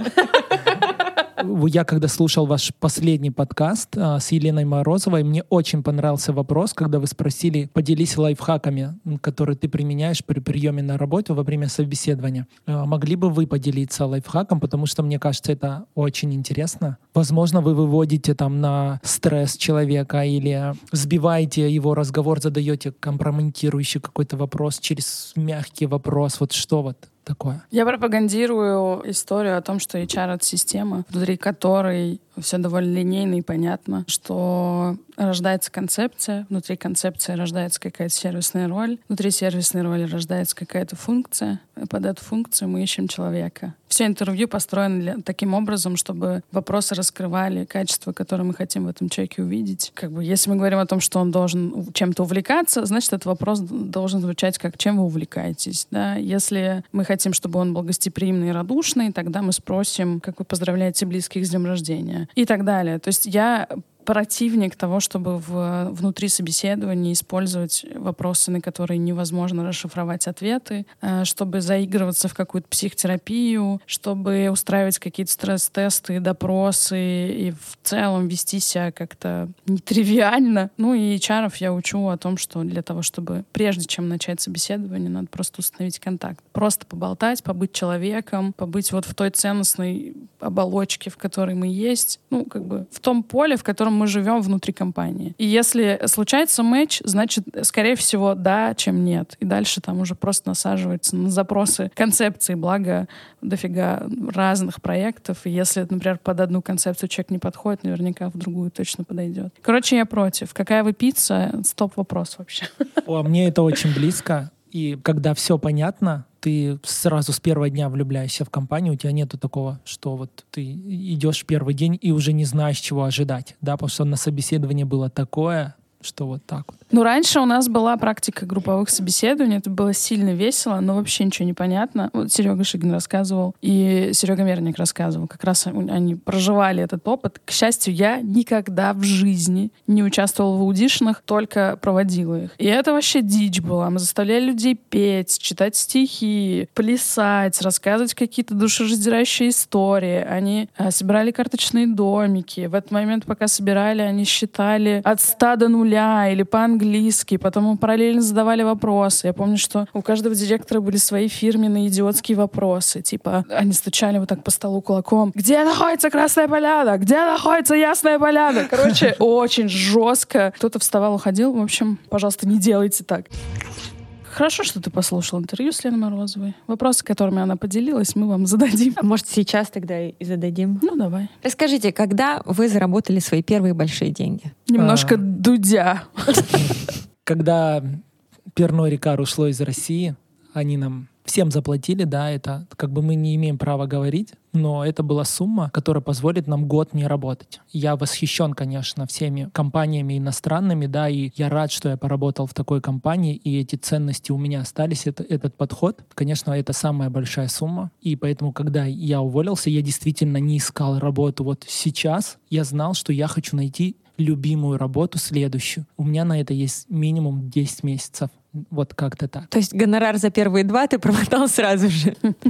Я когда слушал ваш последний подкаст а, с Еленой Морозовой, мне очень понравился вопрос, когда вы спросили, поделись лайфхаками, которые ты применяешь при приеме на работу во время собеседования. А, могли бы вы поделиться лайфхаком, потому что мне кажется, это очень интересно. Возможно, вы выводите там на стресс человека или сбиваете его разговор, задаете компрометирующий какой-то вопрос через мягкий вопрос. Вот что вот такое? Я пропагандирую историю о том, что эйч ар — это система, внутри которой все довольно линейно и понятно, что рождается концепция, внутри концепции рождается какая-то сервисная роль, внутри сервисной роли рождается какая-то функция, и под эту функцию мы ищем человека. Все интервью построено для, таким образом, чтобы вопросы раскрывали качества, которые мы хотим в этом человеке увидеть. Как бы, если мы говорим о том, что он должен чем-то увлекаться, значит, этот вопрос должен звучать как «чем вы увлекаетесь?». Да? Если мы хотим, чтобы он был гостеприимный и радушный, тогда мы спросим, как вы поздравляете близких с днем рождения и так далее. То есть я противник того, чтобы в, внутри собеседования использовать вопросы, на которые невозможно расшифровать ответы, чтобы заигрываться в какую-то психотерапию, чтобы устраивать какие-то стресс-тесты, допросы и в целом вести себя как-то нетривиально. Ну и эйч ар-ов я учу о том, что для того, чтобы прежде чем начать собеседование, надо просто установить контакт. Просто поболтать, побыть человеком, побыть вот в той ценностной оболочке, в которой мы есть, ну как бы в том поле, в котором мы живем внутри компании. И если случается матч, значит, скорее всего, да, чем нет. И дальше там уже просто насаживается на запросы концепции, благо дофига разных проектов. И если, например, под одну концепцию человек не подходит, наверняка в другую точно подойдет. Короче, я против. Какая вы пицца? Стоп-вопрос вообще. О, мне это очень близко. И когда все понятно, ты сразу с первого дня влюбляешься в компанию, у тебя нету такого, что вот ты идешь в первый день и уже не знаешь, чего ожидать, да, потому что на собеседовании было такое, что вот так вот. Ну, раньше у нас была практика групповых собеседований, это было сильно весело, но вообще ничего не понятно. Вот Серега Шигин рассказывал, и Серега Мерник рассказывал, как раз они проживали этот опыт. К счастью, я никогда в жизни не участвовала в аудишенах, только проводила их. И это вообще дичь была. Мы заставляли людей петь, читать стихи, плясать, рассказывать какие-то душераздирающие истории. Они а, собирали карточные домики. В этот момент, пока собирали, они считали от ста до нуля или по-английски, потом мы параллельно задавали вопросы. Я помню, что у каждого директора были свои фирменные идиотские вопросы. Типа, они стучали вот так по столу кулаком. Где находится Красная Поляна? Где находится Ясная Поляна? Короче, очень жестко. Кто-то вставал, уходил. В общем, пожалуйста, не делайте так. Хорошо, что ты послушал интервью с Леной Морозовой. Вопросы, которыми она поделилась, мы вам зададим. А может, сейчас тогда и зададим? Ну, давай. Расскажите, когда вы заработали свои первые большие деньги? Немножко А. дудя. Когда Перно Рикар ушло из России, они нам в всем заплатили, да, это как бы мы не имеем права говорить, но это была сумма, которая позволит нам год не работать. Я восхищен, конечно, всеми компаниями иностранными, да, и я рад, что я поработал в такой компании, и эти ценности у меня остались, это, этот подход. Конечно, это самая большая сумма, и поэтому, когда я уволился, я действительно не искал работу. Вот сейчас я знал, что я хочу найти любимую работу следующую. У меня на это есть минимум десять месяцев. Вот как-то так. То есть гонорар за первые два ты промотал сразу же?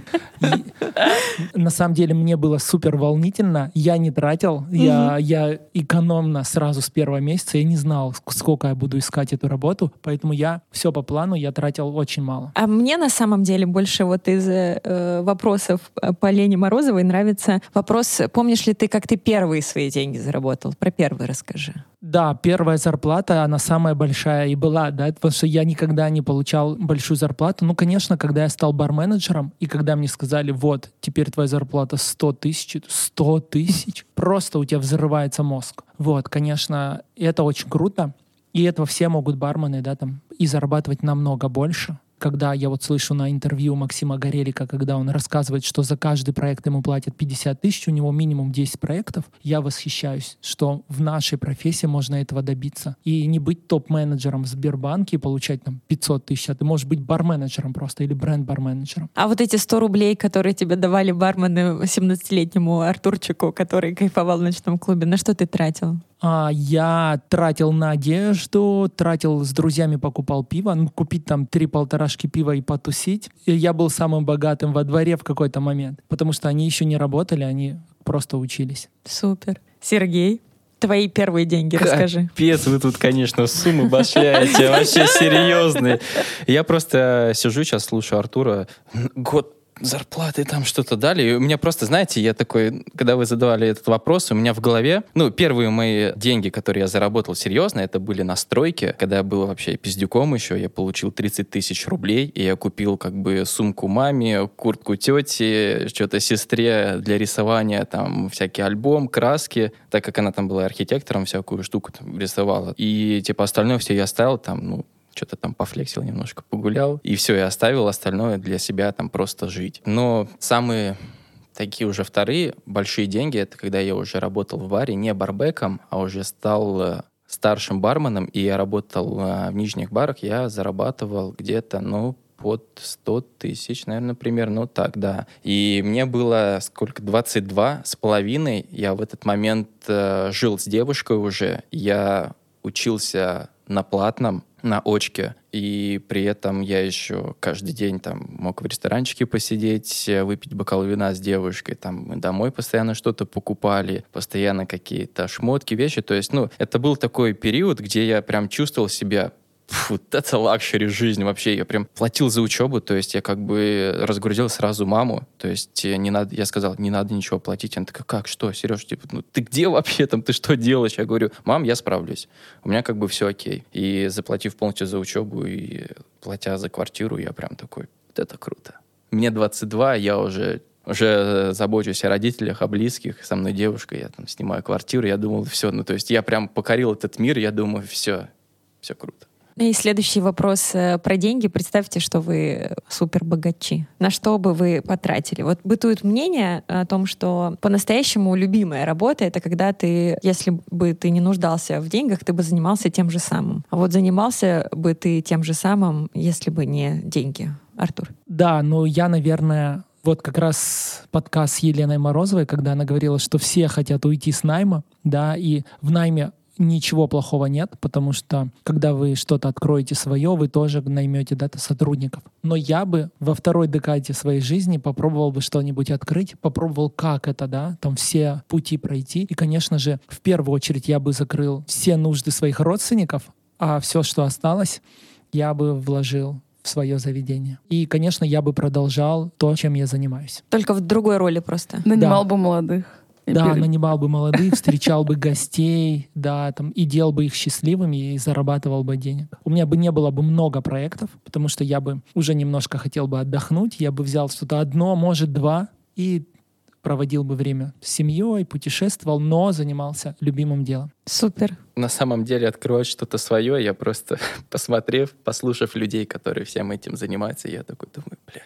И, на самом деле мне было супер волнительно. Я не тратил. Mm-hmm. Я, я экономно сразу с первого месяца. Я не знал, сколько я буду искать эту работу. Поэтому я все по плану, я тратил очень мало. А мне на самом деле больше вот из э, вопросов по Лене Морозовой нравится вопрос, помнишь ли ты, как ты первые свои деньги заработал? Про первый расскажи. Да, первая зарплата, она самая большая и была, да, потому что я никогда не получал большую зарплату. Ну, конечно, когда я стал бар-менеджером, и когда мне сказали, вот, теперь твоя зарплата сто тысяч, сто тысяч, просто у тебя взрывается мозг. Вот, конечно, это очень круто, и этого все могут бармены, да, там, и зарабатывать намного больше. Когда я вот слышу на интервью Максима Горелика, когда он рассказывает, что за каждый проект ему платят пятьдесят тысяч, у него минимум десять проектов, я восхищаюсь, что в нашей профессии можно этого добиться. И не быть топ-менеджером в Сбербанке и получать там пятьсот тысяч, а ты можешь быть бар-менеджером просто или бренд-бар-менеджером. А вот эти сто рублей, которые тебе давали бармены семнадцатилетнему Артурчику, который кайфовал в ночном клубе, на что ты тратил? А, я тратил на одежду, тратил с друзьями, покупал пиво, ну, купить там три полторашки пива и потусить. И я был самым богатым во дворе в какой-то момент, потому что они еще не работали, они просто учились. Супер. Сергей, твои первые деньги, расскажи. Капец, вы тут, конечно, суммы башляете, вообще серьезные. Я просто сижу сейчас, слушаю Артура, год зарплаты там что-то дали. И у меня просто, знаете, я такой, когда вы задавали этот вопрос, у меня в голове, ну, первые мои деньги, которые я заработал серьезно, это были на стройке. Когда я был вообще пиздюком еще, я получил тридцать тысяч рублей, и я купил как бы сумку маме, куртку тете, что-то сестре для рисования, там, всякий альбом, краски, так как она там была архитектором, всякую штуку там рисовала. И, типа, остальное все я оставил там, ну, что-то там пофлексил немножко, погулял, и все, я оставил остальное для себя там просто жить. Но самые такие уже вторые большие деньги, это когда я уже работал в баре, не барбеком, а уже стал старшим барменом, и я работал в нижних барах, я зарабатывал где-то, ну, под сто тысяч, наверное, примерно, ну так, да. И мне было сколько, двадцать два с половиной, я в этот момент э, жил с девушкой уже, я учился на платном, на очке, и при этом я еще каждый день там мог в ресторанчике посидеть, выпить бокал вина с девушкой, там мы домой постоянно что-то покупали, постоянно какие-то шмотки, вещи, то есть, ну, это был такой период, где я прям чувствовал себя, вот это лакшери жизнь вообще, я прям платил за учебу, то есть я как бы разгрузил сразу маму, то есть не надо, я сказал, не надо ничего платить, она такая, как, что, Сереж, типа, ну ты где вообще там, ты что делаешь? Я говорю, мам, я справлюсь, у меня как бы все окей, и заплатив полностью за учебу и платя за квартиру, я прям такой, вот это круто. Мне двадцать два, я уже уже забочусь о родителях, о близких, со мной девушка, я там снимаю квартиру, я думал, все, ну то есть я прям покорил этот мир, я думаю, все, все круто. И следующий вопрос про деньги. Представьте, что вы супербогачи. На что бы вы потратили? Вот бытует мнение о том, что по-настоящему любимая работа — это когда ты, если бы ты не нуждался в деньгах, ты бы занимался тем же самым. А вот занимался бы ты тем же самым, если бы не деньги. Артур? Да, ну я, наверное... Вот как раз подкаст с Еленой Морозовой, когда она говорила, что все хотят уйти с найма, да, и в найме ничего плохого нет, потому что когда вы что-то откроете свое, вы тоже наймете да, сотрудников. Но я бы во второй декаде своей жизни попробовал бы что-нибудь открыть, попробовал, как это, да, там все пути пройти. И, конечно же, в первую очередь я бы закрыл все нужды своих родственников, а все, что осталось, я бы вложил в свое заведение. И, конечно, я бы продолжал то, чем я занимаюсь. Только в другой роли просто. Нанимал да. бы молодых. Да, перед... нанимал бы молодых, встречал бы гостей, да, там, и делал бы их счастливыми, и зарабатывал бы денег. У меня бы не было бы много проектов, потому что я бы уже немножко хотел бы отдохнуть, я бы взял что-то одно, может, два, и проводил бы время с семьей, путешествовал, но занимался любимым делом. Супер. На самом деле открывать что-то свое, я просто, посмотрев, послушав людей, которые всем этим занимаются, я такой думаю, бля,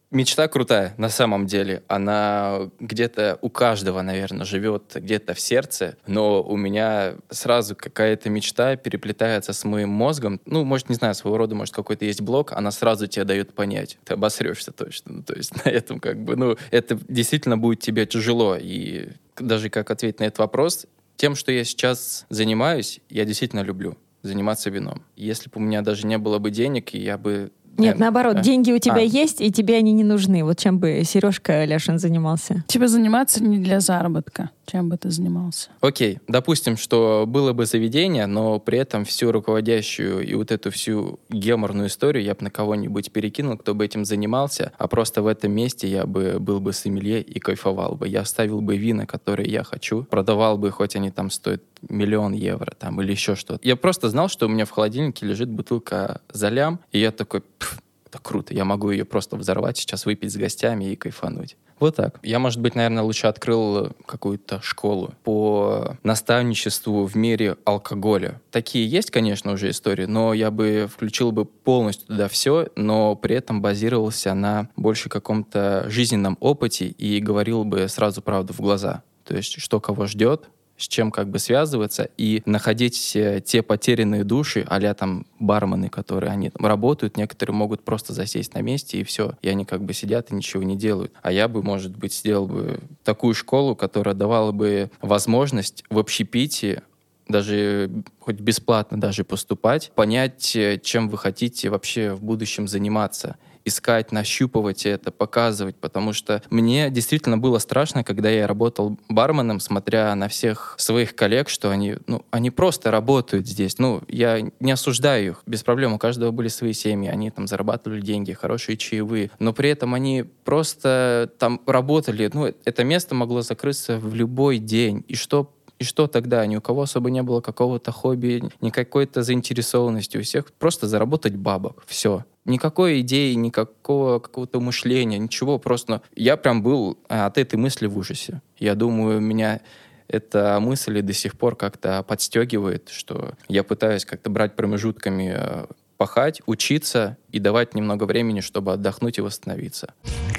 Мечта крутая, на самом деле. Она где-то у каждого, наверное, живет где-то в сердце, но у меня сразу какая-то мечта переплетается с моим мозгом. Ну, может, не знаю, своего рода, может, какой-то есть блок, она сразу тебе дает понять. Ты обосрешься точно. Ну, то есть на этом как бы, ну, это действительно будет тебе тяжело. И даже как ответить на этот вопрос, тем, что я сейчас занимаюсь, я действительно люблю заниматься вином. Если бы у меня даже не было бы денег, и я бы... Нет, Я... наоборот, а? деньги у тебя а. есть, и тебе они не нужны. Вот чем бы Сережка Ляшин занимался? Тебе заниматься не для заработка. Чем бы ты занимался? Окей, допустим, что было бы заведение, но при этом всю руководящую и вот эту всю геморную историю я бы на кого-нибудь перекинул, кто бы этим занимался, а просто в этом месте я бы был бы сомелье и кайфовал бы. Я ставил бы вина, которые я хочу, продавал бы, хоть они там стоят миллион евро там или еще что-то. Я просто знал, что у меня в холодильнике лежит бутылка за лям, и я такой, это круто, я могу ее просто взорвать, сейчас выпить с гостями и кайфануть. Вот так. Я, может быть, наверное, лучше открыл какую-то школу по наставничеству в мире алкоголя. Такие есть, конечно, уже истории, но я бы включил бы полностью туда все, но при этом базировался на больше каком-то жизненном опыте и говорил бы сразу правду в глаза. То есть, что кого ждет, с чем как бы связываться, и находить те потерянные души, а-ля там бармены, которые они там работают, некоторые могут просто засесть на месте, и все, и они как бы сидят и ничего не делают. А я бы, может быть, сделал бы такую школу, которая давала бы возможность в общепите даже хоть бесплатно даже поступать, понять, чем вы хотите вообще в будущем заниматься, искать, нащупывать это, показывать, потому что мне действительно было страшно, когда я работал барменом, смотря на всех своих коллег, что они, ну, они просто работают здесь. Ну, я не осуждаю их, без проблем, у каждого были свои семьи, они там зарабатывали деньги, хорошие чаевые, но при этом они просто там работали, ну, это место могло закрыться в любой день, и что И что тогда? Ни у кого особо не было какого-то хобби, ни какой-то заинтересованности. У всех просто заработать бабок. Все. Никакой идеи, никакого какого-то мышления, ничего. Просто я прям был от этой мысли в ужасе. Я думаю, меня эта мысль до сих пор как-то подстегивает, что я пытаюсь как-то брать промежутками, пахать, учиться и давать немного времени, чтобы отдохнуть и восстановиться.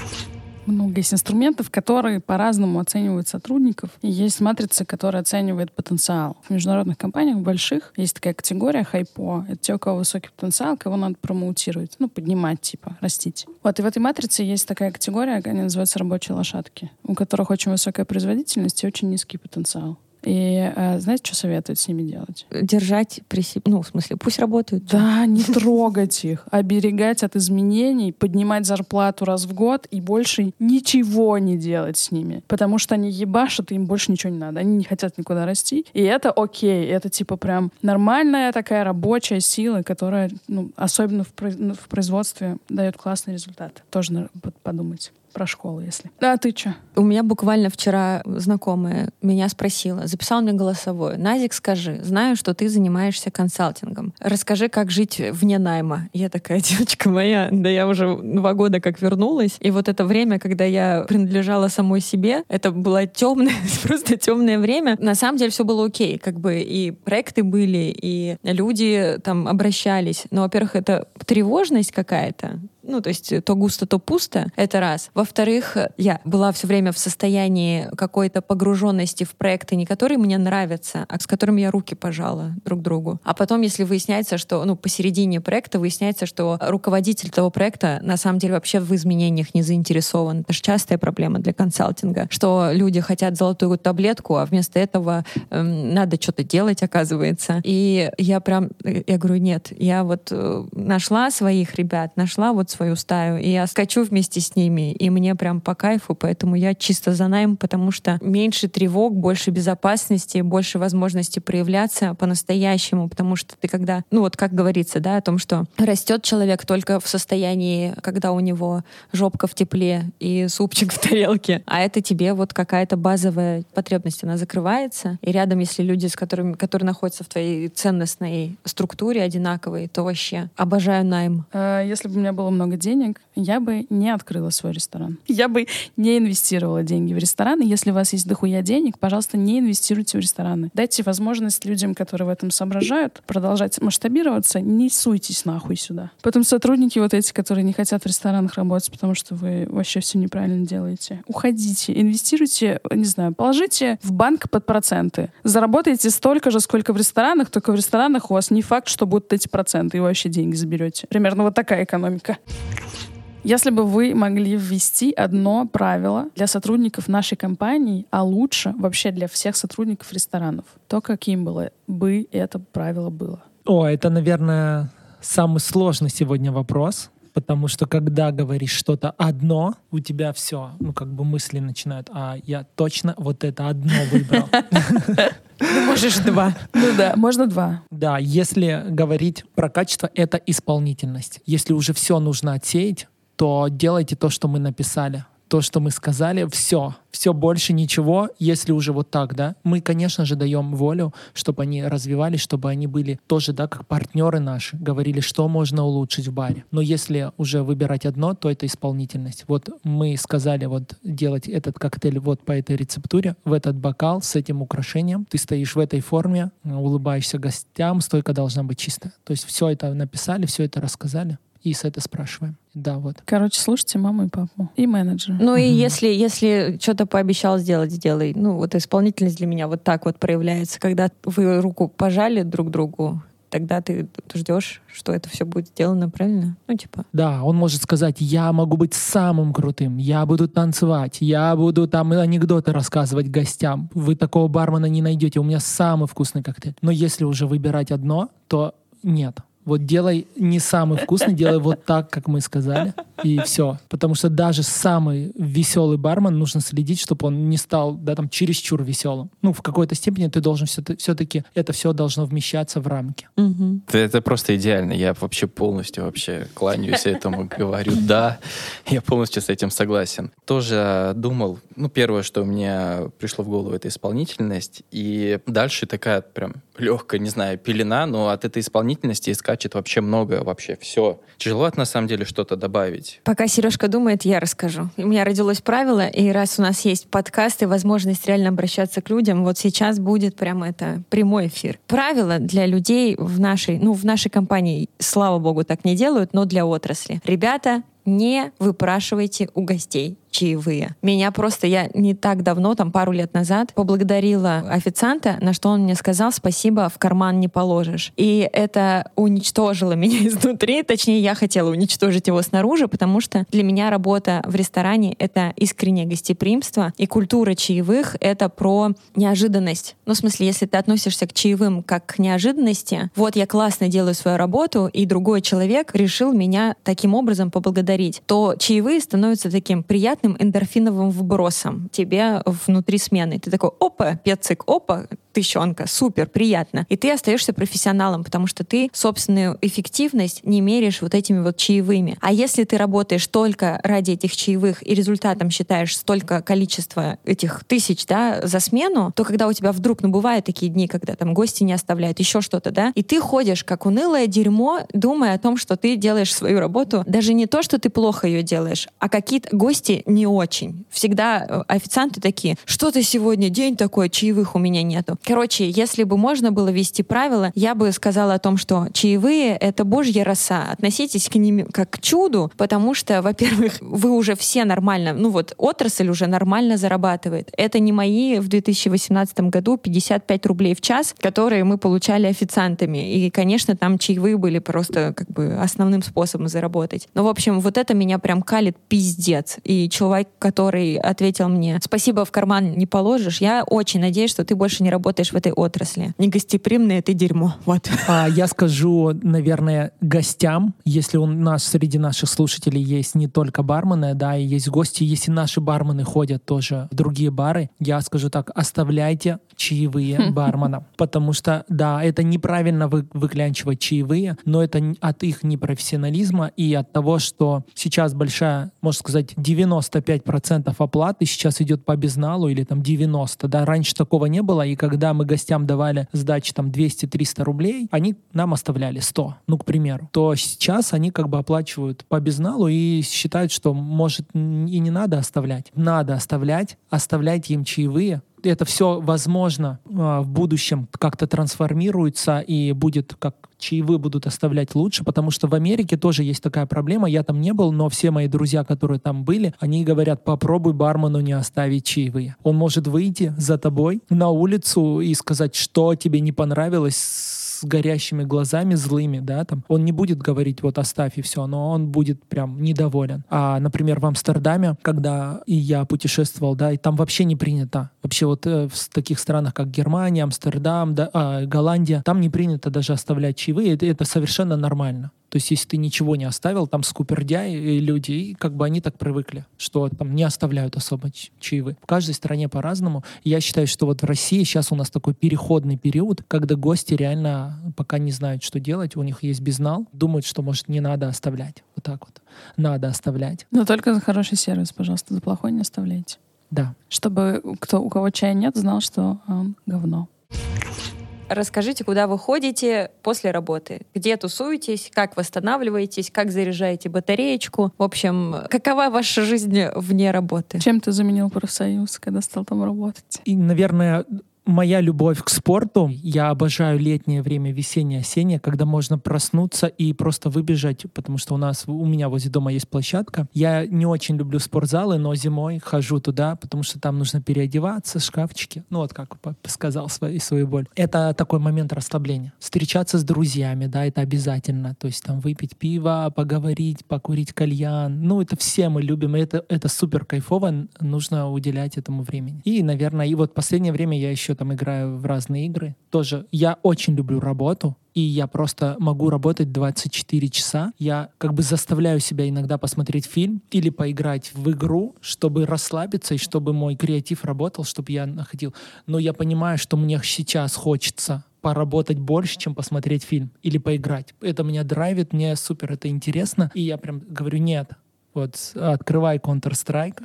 Много есть инструментов, которые по-разному оценивают сотрудников. И есть матрица, которая оценивает потенциал. В международных компаниях больших есть такая категория хайпо. Это те, у кого высокий потенциал, кого надо промоутировать. Ну, поднимать, типа, растить. Вот, и в этой матрице есть такая категория, они называются рабочие лошадки, у которых очень высокая производительность и очень низкий потенциал. И э, знаете, что советуют с ними делать? Держать при себе, ну, в смысле, пусть работают. Да, не трогать их, оберегать от изменений, поднимать зарплату раз в год и больше ничего не делать с ними. Потому что они ебашат, и им больше ничего не надо. Они не хотят никуда расти. И это окей, это типа прям нормальная такая рабочая сила, которая, ну, особенно в, в производстве дает классный результат. Тоже надо подумать про школу, если. А ты что? У меня буквально вчера знакомая меня спросила, записала мне голосовое. Назик, скажи, знаю, что ты занимаешься консалтингом. Расскажи, как жить вне найма. Я такая, девочка моя, да я уже два года как вернулась. И вот это время, когда я принадлежала самой себе, это было темное, просто темное время. На самом деле все было окей. Как бы и проекты были, и люди там обращались. Но, во-первых, это тревожность какая-то. Ну, то есть то густо, то пусто. Это раз. Во-вторых, я была все время в состоянии какой-то погруженности в проекты, не которые мне нравятся, а с которыми я руки пожала друг другу. А потом, если выясняется, что, ну, посередине проекта выясняется, что руководитель того проекта на самом деле вообще в изменениях не заинтересован. Это же частая проблема для консалтинга, что люди хотят золотую таблетку, а вместо этого эм, надо что-то делать, оказывается. И я прям, я говорю, нет, я вот э, нашла своих ребят, нашла вот свою стаю, и я скачу вместе с ними, и мне прям по кайфу, поэтому я чисто за найм, потому что меньше тревог, больше безопасности, больше возможности проявляться по-настоящему, потому что ты когда, ну вот как говорится, да, о том, что растет человек только в состоянии, когда у него жопка в тепле и супчик в тарелке, а это тебе вот какая-то базовая потребность, она закрывается, и рядом, если люди, с которыми, которые находятся в твоей ценностной структуре одинаковой, то вообще обожаю найм. Если бы у меня было много много денег, я бы не открыла свой ресторан. Я бы не инвестировала деньги в рестораны. Если у вас есть дохуя денег, пожалуйста, не инвестируйте в рестораны. Дайте возможность людям, которые в этом соображают, продолжать масштабироваться. Не суйтесь нахуй сюда. Потом сотрудники вот эти, которые не хотят в ресторанах работать, потому что вы вообще все неправильно делаете. Уходите, инвестируйте, не знаю, положите в банк под проценты. Заработайте столько же, сколько в ресторанах, только в ресторанах у вас не факт, что будут эти проценты, и вы вообще деньги заберете. Примерно вот такая экономика. Если бы вы могли ввести одно правило для сотрудников нашей компании, а лучше вообще для всех сотрудников ресторанов, то каким было бы это правило было? О, это, наверное, самый сложный сегодня вопрос, потому что когда говоришь что-то одно, у тебя все, ну как бы мысли начинают, а я точно вот это одно выбрал. Ну, можешь два. Ну да, можно два. Да, если говорить про качество, это исполнительность. Если уже все нужно отсеять, то делайте то, что мы написали. То, что мы сказали, все. Все больше ничего, если уже вот так, да. Мы, конечно же, даем волю, чтобы они развивались, чтобы они были тоже, да, как партнеры наши, говорили, что можно улучшить в баре. Но если уже выбирать одно, то это исполнительность. Вот мы сказали вот делать этот коктейль вот по этой рецептуре, в этот бокал с этим украшением. Ты стоишь в этой форме, улыбаешься гостям, стойка должна быть чистая. То есть все это написали, все это рассказали. И с это спрашиваем. Да, вот. Короче, слушайте маму и папу. И менеджера. Ну и если, если что-то пообещал сделать, сделай. Ну вот исполнительность для меня вот так вот проявляется. Когда вы руку пожали друг другу, тогда ты ждешь, что это все будет сделано правильно. Ну типа. Да, он может сказать, я могу быть самым крутым, я буду танцевать, я буду там анекдоты рассказывать гостям. Вы такого бармена не найдете, у меня самый вкусный коктейль. Но если уже выбирать одно, то нет. Вот делай не самый вкусный, делай вот так, как мы сказали, и все. Потому что даже самый веселый бармен нужно следить, чтобы он не стал, да, там, чересчур веселым. Ну, в какой-то степени ты должен все-таки, это все должно вмещаться в рамки. Угу. Это, это просто идеально. Я вообще полностью вообще кланяюсь этому, говорю да. Я полностью с этим согласен. Тоже думал, ну, первое, что мне пришло в голову, это исполнительность. И дальше такая прям легкая, не знаю, пелена, но от этой исполнительности скачет вообще много, вообще все. Тяжело, на самом деле, что-то добавить. Пока Сережка думает, я расскажу. У меня родилось правило, и раз у нас есть подкаст и возможность реально обращаться к людям, вот сейчас будет прямо это прямой эфир. Правило для людей в нашей, ну, в нашей компании, слава богу, так не делают, но для отрасли. Ребята, не выпрашивайте у гостей чаевые. Меня просто, я не так давно, там пару лет назад, поблагодарила официанта, на что он мне сказал: спасибо, в карман не положишь. И это уничтожило меня изнутри, точнее, я хотела уничтожить его снаружи, потому что для меня работа в ресторане — это искреннее гостеприимство, и культура чаевых — это про неожиданность. Ну, в смысле, если ты относишься к чаевым как к неожиданности, вот я классно делаю свою работу, и другой человек решил меня таким образом поблагодарить, то чаевые становятся таким приятным эндорфиновым вбросом тебе внутри смены. Ты такой: опа, пецик, опа, тыщенка, супер, приятно. И ты остаешься профессионалом, потому что ты собственную эффективность не меряешь вот этими вот чаевыми. А если ты работаешь только ради этих чаевых и результатом считаешь столько количества этих тысяч, да, за смену, то когда у тебя вдруг, ну, бывают такие дни, когда там гости не оставляют, еще что-то, да, и ты ходишь как унылое дерьмо, думая о том, что ты делаешь свою работу, даже не то, что ты плохо ее делаешь, а какие-то гости не очень. Всегда официанты такие: что ты сегодня, день такой, чаевых у меня нету. Короче, если бы можно было ввести правила, я бы сказала о том, что чаевые — это божья роса. Относитесь к ним как к чуду, потому что, во-первых, вы уже все нормально, ну вот отрасль уже нормально зарабатывает. Это не мои в две тысячи восемнадцатом году пятьдесят пять рублей в час, которые мы получали официантами. И, конечно, там чаевые были просто как бы основным способом заработать. Но, в общем, вот это меня прям калит пиздец. И человек, который ответил мне: спасибо, в карман не положишь, я очень надеюсь, что ты больше не работаешь в этой отрасли. Негостеприимное ты дерьмо. Вот. А я скажу, наверное, гостям, если у нас среди наших слушателей есть не только бармены, да, и есть гости, если наши бармены ходят тоже в другие бары, я скажу так: оставляйте чаевые барменам. Потому что, да, это неправильно вы, выклянчивать чаевые, но это от их непрофессионализма и от того, что сейчас большая, можно сказать, девяносто девяносто пять процентов оплаты сейчас идет по безналу или там девяносто, да, раньше такого не было, и когда мы гостям давали сдачи там двести-триста рублей, они нам оставляли сто, ну, к примеру, то сейчас они как бы оплачивают по безналу и считают, что, может, и не надо оставлять. Надо оставлять, оставляйте им чаевые. Это все, возможно, в будущем как-то трансформируется и будет, как чаевые будут оставлять лучше, потому что в Америке тоже есть такая проблема. Я там не был, но все мои друзья, которые там были, они говорят, попробуй бармену не оставить чаевые. Он может выйти за тобой на улицу и сказать, что тебе не понравилось, с горящими глазами, злыми, да, там. Он не будет говорить, вот оставь и все, но он будет прям недоволен. А, например, в Амстердаме, когда и я путешествовал, да, и там вообще не принято. Вообще вот э, в таких странах, как Германия, Амстердам, да, э, Голландия, там не принято даже оставлять чаевые, это, это совершенно нормально. То есть, если ты ничего не оставил, там скупердяи и люди, и как бы они так привыкли, что там не оставляют особо чаевые. В каждой стране по-разному. Я считаю, что вот в России сейчас у нас такой переходный период, когда гости реально пока не знают, что делать, у них есть безнал, думают, что, может, не надо оставлять. Вот так вот. Надо оставлять. Но только за хороший сервис, пожалуйста, за плохой не оставляйте. Да. Чтобы кто, у кого чая нет, знал, что он говно. Расскажите, куда вы ходите после работы? Где тусуетесь? Как восстанавливаетесь? Как заряжаете батареечку? В общем, какова ваша жизнь вне работы? Чем ты заменил профсоюз, когда стал там работать? И, наверное, моя любовь к спорту. Я обожаю летнее время, весеннее, осеннее, когда можно проснуться и просто выбежать, потому что у нас, у меня возле дома есть площадка. Я не очень люблю спортзалы, но зимой хожу туда, потому что там нужно переодеваться, шкафчики. Ну вот как сказал свою, свою боль. Это такой момент расслабления. Встречаться с друзьями, да, это обязательно. То есть там выпить пиво, поговорить, покурить кальян. Ну это все мы любим, и это, это супер кайфово, нужно уделять этому времени. И, наверное, и вот в последнее время я еще там играю в разные игры. Тоже я очень люблю работу, и я просто могу работать двадцать четыре часа. Я как бы заставляю себя иногда посмотреть фильм или поиграть в игру, чтобы расслабиться и чтобы мой креатив работал, чтобы я находил. Но я понимаю, что мне сейчас хочется поработать больше, чем посмотреть фильм или поиграть. Это меня драйвит, мне супер это интересно. И я прям говорю, нет, вот открывай Counter-Strike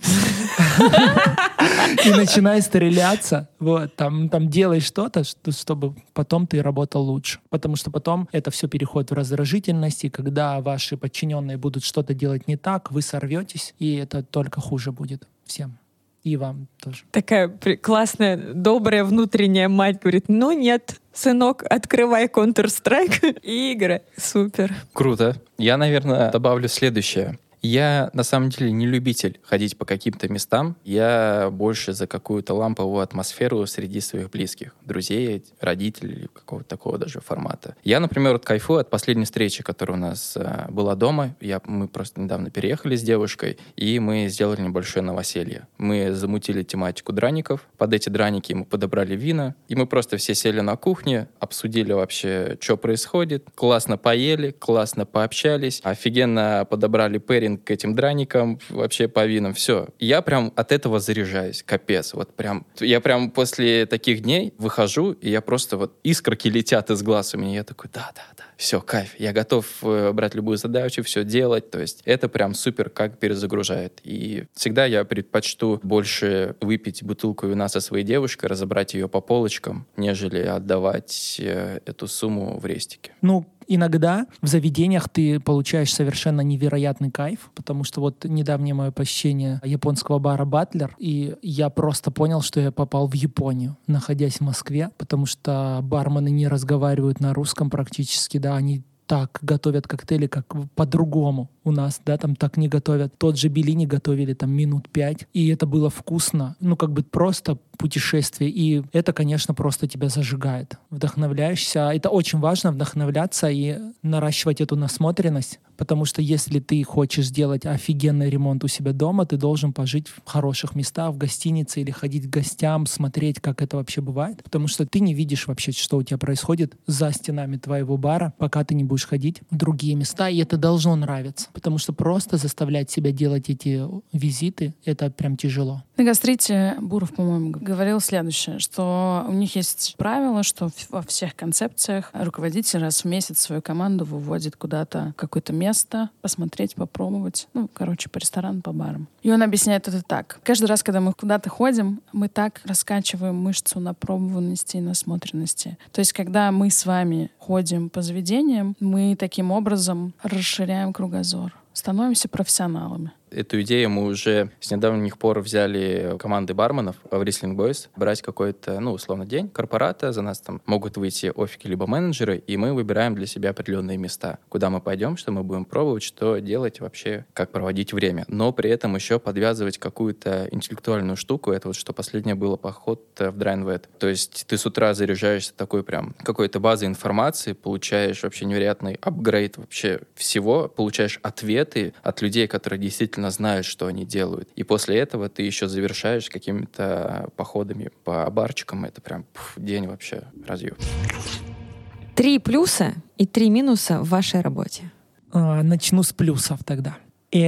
и начинай стреляться. Вот, там, там делай что-то, чтобы потом ты работал лучше. Потому что потом это все переходит в раздражительность, и когда ваши подчиненные будут что-то делать не так, вы сорветесь, и это только хуже будет всем. И вам тоже. Такая классная, добрая внутренняя мать говорит, ну нет, сынок, открывай Counter-Strike и играй. Супер. Круто. Я, наверное, добавлю следующее. Я, на самом деле, не любитель ходить по каким-то местам. Я больше за какую-то ламповую атмосферу среди своих близких, друзей, родителей, какого-то такого даже формата. Я, например, вот кайфую от последней встречи, которая у нас э, была дома. Я, мы просто недавно переехали с девушкой, и мы сделали небольшое новоселье. Мы замутили тематику драников. Под эти драники мы подобрали вина, и мы просто все сели на кухне, обсудили вообще, что происходит. Классно поели, классно пообщались, офигенно подобрали пэринг к этим драникам, вообще по винам, все. Я прям от этого заряжаюсь, капец. Вот прям, я прям после таких дней выхожу, и я просто вот искорки летят из глаз у меня. Я такой, да-да-да, все, кайф. Я готов э, брать любую задачу, все делать. То есть это прям супер как перезагружает. И всегда я предпочту больше выпить бутылку вина со своей девушкой, разобрать ее по полочкам, нежели отдавать э, эту сумму в рестике. Ну, иногда в заведениях ты получаешь совершенно невероятный кайф, потому что вот недавнее мое посещение японского бара «Батлер», и я просто понял, что я попал в Японию, находясь в Москве, потому что бармены не разговаривают на русском практически, да, они так готовят коктейли, как по-другому у нас, да, там так не готовят. Тот же Беллини готовили там минут пять, и это было вкусно. Ну, как бы просто путешествие, и это, конечно, просто тебя зажигает. Вдохновляешься. Это очень важно, вдохновляться и наращивать эту насмотренность, потому что если ты хочешь сделать офигенный ремонт у себя дома, ты должен пожить в хороших местах, в гостинице или ходить к гостям, смотреть, как это вообще бывает, потому что ты не видишь вообще, что у тебя происходит за стенами твоего бара, пока ты не будешь ходить в другие места, и это должно нравиться, потому что просто заставлять себя делать эти визиты, это прям тяжело. На гастрите Буров, по-моему, говорил следующее, что у них есть правило, что во всех концепциях руководитель раз в месяц свою команду выводит куда-то в какое-то место, посмотреть, попробовать. Ну, короче, по ресторанам, по барам. И он объясняет это так. Каждый раз, когда мы куда-то ходим, мы так раскачиваем мышцу напробованности и насмотренности. То есть, когда мы с вами ходим по заведениям, мы таким образом расширяем кругозор, становимся профессионалами. Эту идею мы уже с недавних пор взяли команды барменов в Riesling Boys брать какой-то, ну, условно, день корпората. За нас там могут выйти офики либо менеджеры, и мы выбираем для себя определенные места, куда мы пойдем, что мы будем пробовать, что делать вообще, как проводить время. Но при этом еще подвязывать какую-то интеллектуальную штуку. Это вот что последнее было поход в Драйнвет. То есть ты с утра заряжаешься такой прям какой-то базой информации, получаешь вообще невероятный апгрейд вообще всего, получаешь ответы от людей, которые действительно знают, что они делают. И после этого ты еще завершаешь какими-то походами по барчикам. Это прям пф, день вообще разъем. Три плюса и три минуса в вашей работе. А, начну с плюсов тогда.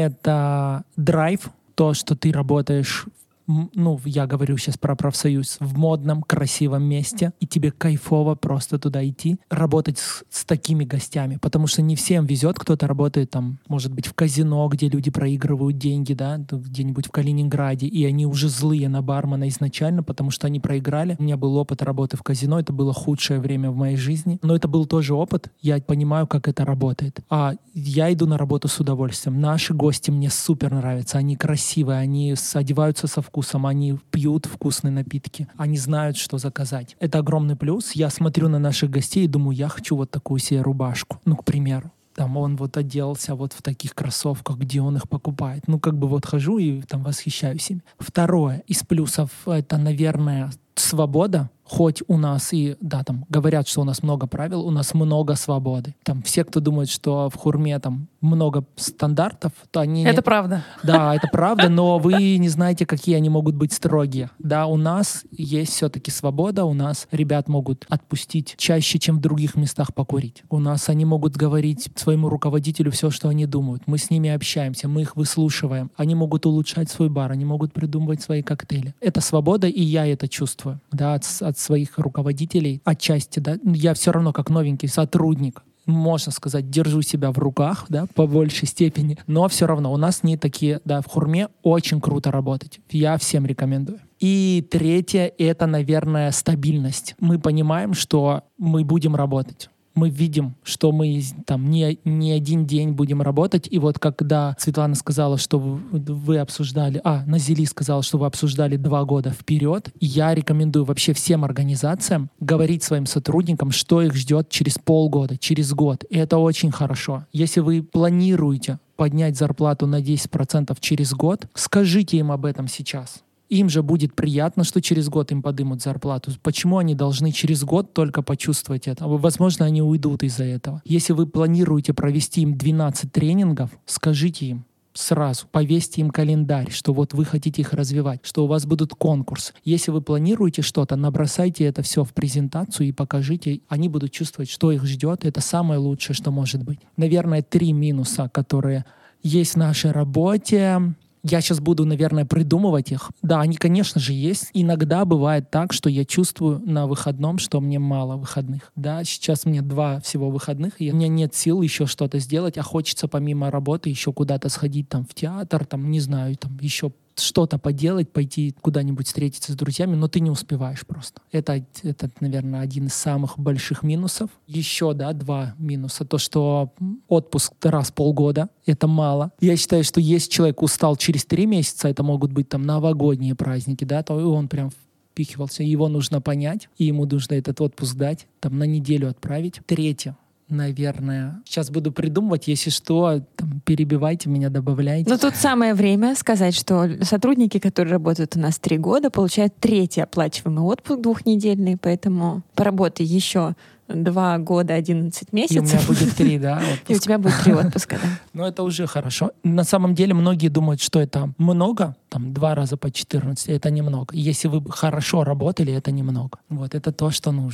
Это драйв, то, что ты работаешь, ну, я говорю сейчас про профсоюз, в модном, красивом месте, и тебе кайфово просто туда идти, работать с, с такими гостями, потому что не всем везет, кто-то работает там, может быть, в казино, где люди проигрывают деньги, да, где-нибудь в Калининграде, и они уже злые на бармена изначально, потому что они проиграли. У меня был опыт работы в казино, это было худшее время в моей жизни, но это был тоже опыт, я понимаю, как это работает. А я иду на работу с удовольствием. Наши гости мне супер нравятся, они красивые, они одеваются со вкусом, они пьют вкусные напитки, они знают, что заказать. Это огромный плюс. Я смотрю на наших гостей и думаю, я хочу вот такую себе рубашку. Ну, к примеру. Там он вот оделся вот в таких кроссовках, где он их покупает. Ну, как бы вот хожу и там восхищаюсь ими. Второе из плюсов — это, наверное, свобода. Хоть у нас и, да, там говорят, что у нас много правил, у нас много свободы. Там все, кто думает, что в Хурме там много стандартов, то они... Это не... правда. Да, это правда, но вы не знаете, какие они могут быть строгие. Да, у нас есть все-таки свобода, у нас ребят могут отпустить чаще, чем в других местах покурить. У нас они могут говорить своему руководителю все, что они думают. Мы с ними общаемся, мы их выслушиваем. Они могут улучшать свой бар, они могут придумывать свои коктейли. Это свобода, и я это чувствую, да, от, от своих руководителей отчасти, да. Я все равно как новенький сотрудник, можно сказать, держу себя в руках, да, по большей степени, но все равно у нас не такие, да, в Хурме очень круто работать. Я всем рекомендую. И третье — это, наверное, стабильность. Мы понимаем, что мы будем работать. Мы видим, что мы там не, не один день будем работать. И вот когда Светлана сказала, что вы, вы обсуждали, а, Назили сказала, что вы обсуждали два года вперед, я рекомендую вообще всем организациям говорить своим сотрудникам, что их ждет через полгода, через год. И это очень хорошо. Если вы планируете поднять зарплату на десять процентов через год, скажите им об этом сейчас. Им же будет приятно, что через год им поднимут зарплату. Почему они должны через год только почувствовать это? Возможно, они уйдут из-за этого. Если вы планируете провести им двенадцать тренингов, скажите им сразу, повесьте им календарь, что вот вы хотите их развивать, что у вас будут конкурсы. Если вы планируете что-то, набросайте это все в презентацию и покажите. Они будут чувствовать, что их ждет. Это самое лучшее, что может быть. Наверное, три минуса, которые есть в нашей работе. Я сейчас буду, наверное, придумывать их. Да, они, конечно же, есть. Иногда бывает так, что я чувствую на выходном, что мне мало выходных. Да, сейчас мне два всего выходных, и у меня нет сил еще что-то сделать, а хочется помимо работы еще куда-то сходить, там, в театр, там, не знаю, там, еще что-то поделать, пойти куда-нибудь встретиться с друзьями, но ты не успеваешь просто. Это, это, наверное, один из самых больших минусов. Еще, да, два минуса. То, что отпуск раз в полгода, это мало. Я считаю, что если человек устал через три месяца, это могут быть там новогодние праздники, да, то он прям впихивался. Его нужно понять, и ему нужно этот отпуск дать, там, на неделю отправить. Третье. Наверное. Сейчас буду придумывать, если что, там, перебивайте меня, добавляйте. Но тут самое время сказать, что сотрудники, которые работают у нас три года, получают третий оплачиваемый отпуск двухнедельный, поэтому поработай еще два года, одиннадцать месяцев. И у меня будет три, да, отпуска. И у тебя будет три отпуска, да. Ну, это уже хорошо. На самом деле, многие думают, что это много, там, два раза по четырнадцать, это немного. Если вы хорошо работали, это немного. Вот, это то, что нужно.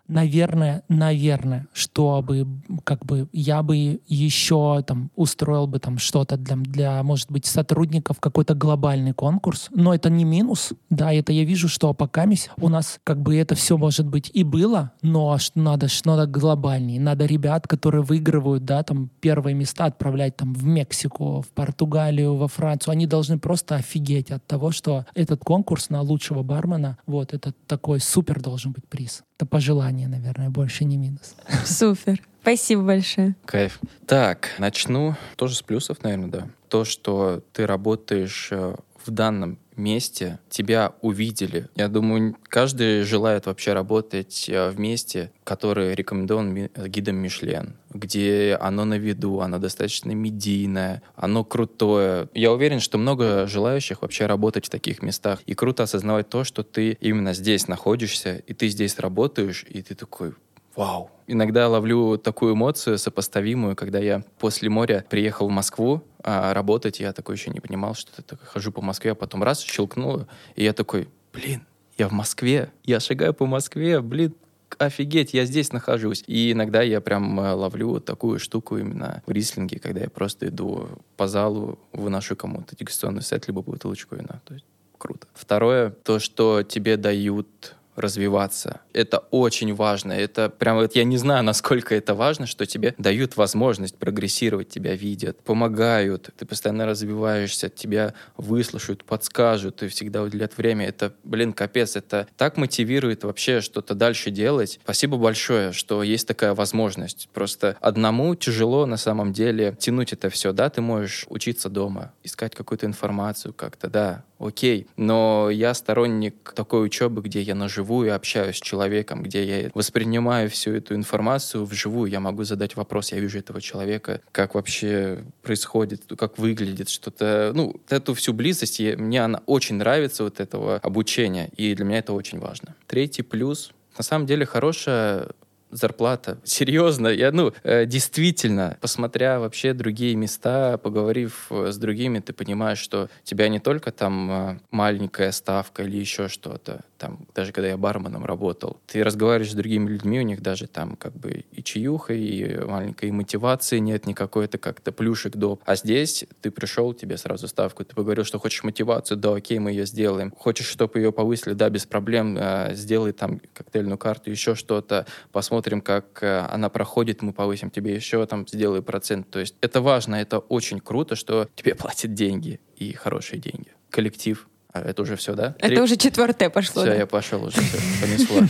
наверное, наверное, чтобы как бы я бы еще там устроил бы там что-то для, для, может быть, сотрудников, какой-то глобальный конкурс. Но это не минус. Да, это я вижу, что пока у нас как бы это все может быть и было, но надо что-то глобальнее. Надо ребят, которые выигрывают, да, там первые места отправлять там в Мексику, в Португалию, во Францию. Они должны просто офигеть от того, что этот конкурс на лучшего бармена, вот, это такой супер должен быть приз. Это пожелание, наверное, больше не минус. Супер. Спасибо большое. Кайф. Так, начну тоже с плюсов, наверное, да. То, что ты работаешь в данном месте, тебя увидели. Я думаю, каждый желает вообще работать в месте, которое рекомендовано гидом Мишлен, где оно на виду, оно достаточно медийное, оно крутое. Я уверен, что много желающих вообще работать в таких местах. И круто осознавать то, что ты именно здесь находишься, и ты здесь работаешь, и ты такой... Вау. Иногда ловлю такую эмоцию сопоставимую, когда я после моря приехал в Москву а, работать, я такой еще не понимал, что я так хожу по Москве, а потом раз, щелкнуло, и я такой, блин, я в Москве, я шагаю по Москве, блин, офигеть, я здесь нахожусь. И иногда я прям ловлю вот такую штуку именно в рислинге, когда я просто иду по залу, выношу кому-то дегустационный сет, либо бутылочку вина. То есть круто. Второе, то, что тебе дают... развиваться. Это очень важно. Это прям вот я не знаю, насколько это важно, что тебе дают возможность прогрессировать, тебя видят, помогают, ты постоянно развиваешься, тебя выслушают, подскажут, и всегда уделят время. Это, блин, капец, это так мотивирует вообще что-то дальше делать. Спасибо большое, что есть такая возможность. Просто одному тяжело на самом деле тянуть это все, да, ты можешь учиться дома, искать какую-то информацию как-то, да, окей, но я сторонник такой учебы, где я наживу и общаюсь с человеком, где я воспринимаю всю эту информацию вживую, я могу задать вопрос, я вижу этого человека, как вообще происходит, как выглядит что-то. Ну, эту всю близость, я, мне она очень нравится, вот этого обучения, и для меня это очень важно. Третий плюс, на самом деле, хорошая зарплата. Серьезно, я, ну, э, действительно, посмотря вообще другие места, поговорив с другими, ты понимаешь, что у тебя не только там э, маленькая ставка или еще что-то, там, даже когда я барменом работал, ты разговариваешь с другими людьми, у них даже там как бы и чаюха, и маленькой мотивации нет никакой, это как-то плюшек доп. А здесь ты пришел, тебе сразу ставку, ты поговорил, что хочешь мотивацию, да, окей, мы ее сделаем. Хочешь, чтобы ее повысили, да, без проблем, э, сделай там коктейльную карту, еще что-то, посмотрим, Смотрим, как она проходит, мы повысим тебе еще, там, сделай процент. То есть это важно, это очень круто, что тебе платят деньги и хорошие деньги. Коллектив. А это уже все, да? Это Три... уже четвертое пошло. Все, да? я пошел уже, все, понесло.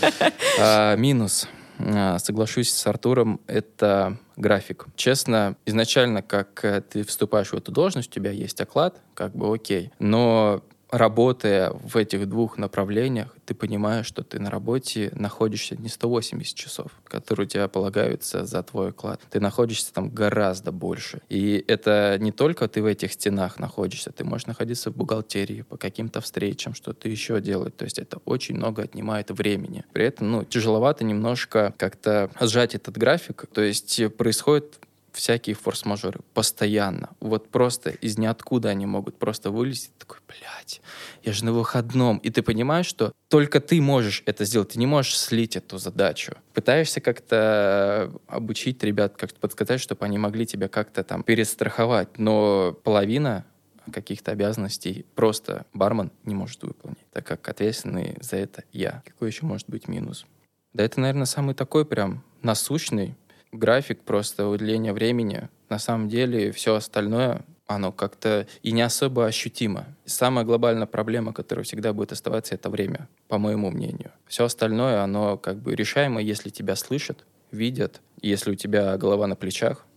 а, минус. А, соглашусь с Артуром, это график. Честно, изначально, как ты вступаешь в эту должность, у тебя есть оклад, как бы окей. Но работая в этих двух направлениях, ты понимаешь, что ты на работе находишься не сто восемьдесят часов, которые у тебя полагаются за твой оклад. Ты находишься там гораздо больше. И это не только ты в этих стенах находишься, ты можешь находиться в бухгалтерии, по каким-то встречам, что-то еще делать. То есть это очень много отнимает времени. При этом, ну, тяжеловато немножко как-то сжать этот график. То есть происходит всякие форс-мажоры постоянно. Вот просто из ниоткуда они могут просто вылезти. Такой, блядь, я же на выходном. И ты понимаешь, что только ты можешь это сделать. Ты не можешь слить эту задачу. Пытаешься как-то обучить ребят, как-то подсказать, чтобы они могли тебя как-то там перестраховать. Но половина каких-то обязанностей просто бармен не может выполнить, так как ответственный за это я. Какой еще может быть минус? Да это, наверное, самый такой прям насущный график, просто уделение времени. На самом деле все остальное, оно как-то и не особо ощутимо. Самая глобальная проблема, которая всегда будет оставаться, это время, по моему мнению. Все остальное, оно как бы решаемо, если тебя слышат, видят. Если у тебя голова на плечах,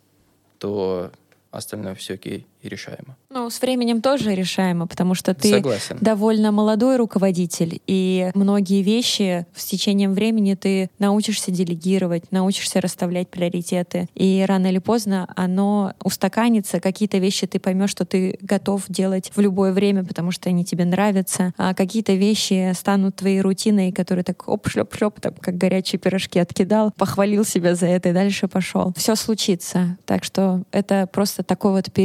то остальное все окей и решаемо. Ну, с временем тоже решаемо, потому что ты Согласен. довольно молодой руководитель, и многие вещи с течением времени ты научишься делегировать, научишься расставлять приоритеты, и рано или поздно оно устаканится, какие-то вещи ты поймешь, что ты готов делать в любое время, потому что они тебе нравятся, а какие-то вещи станут твоей рутиной, которые так оп-шлеп-шлеп, там, как горячие пирожки откидал, похвалил себя за это и дальше пошел. Все случится. Так что это просто такой вот период, когда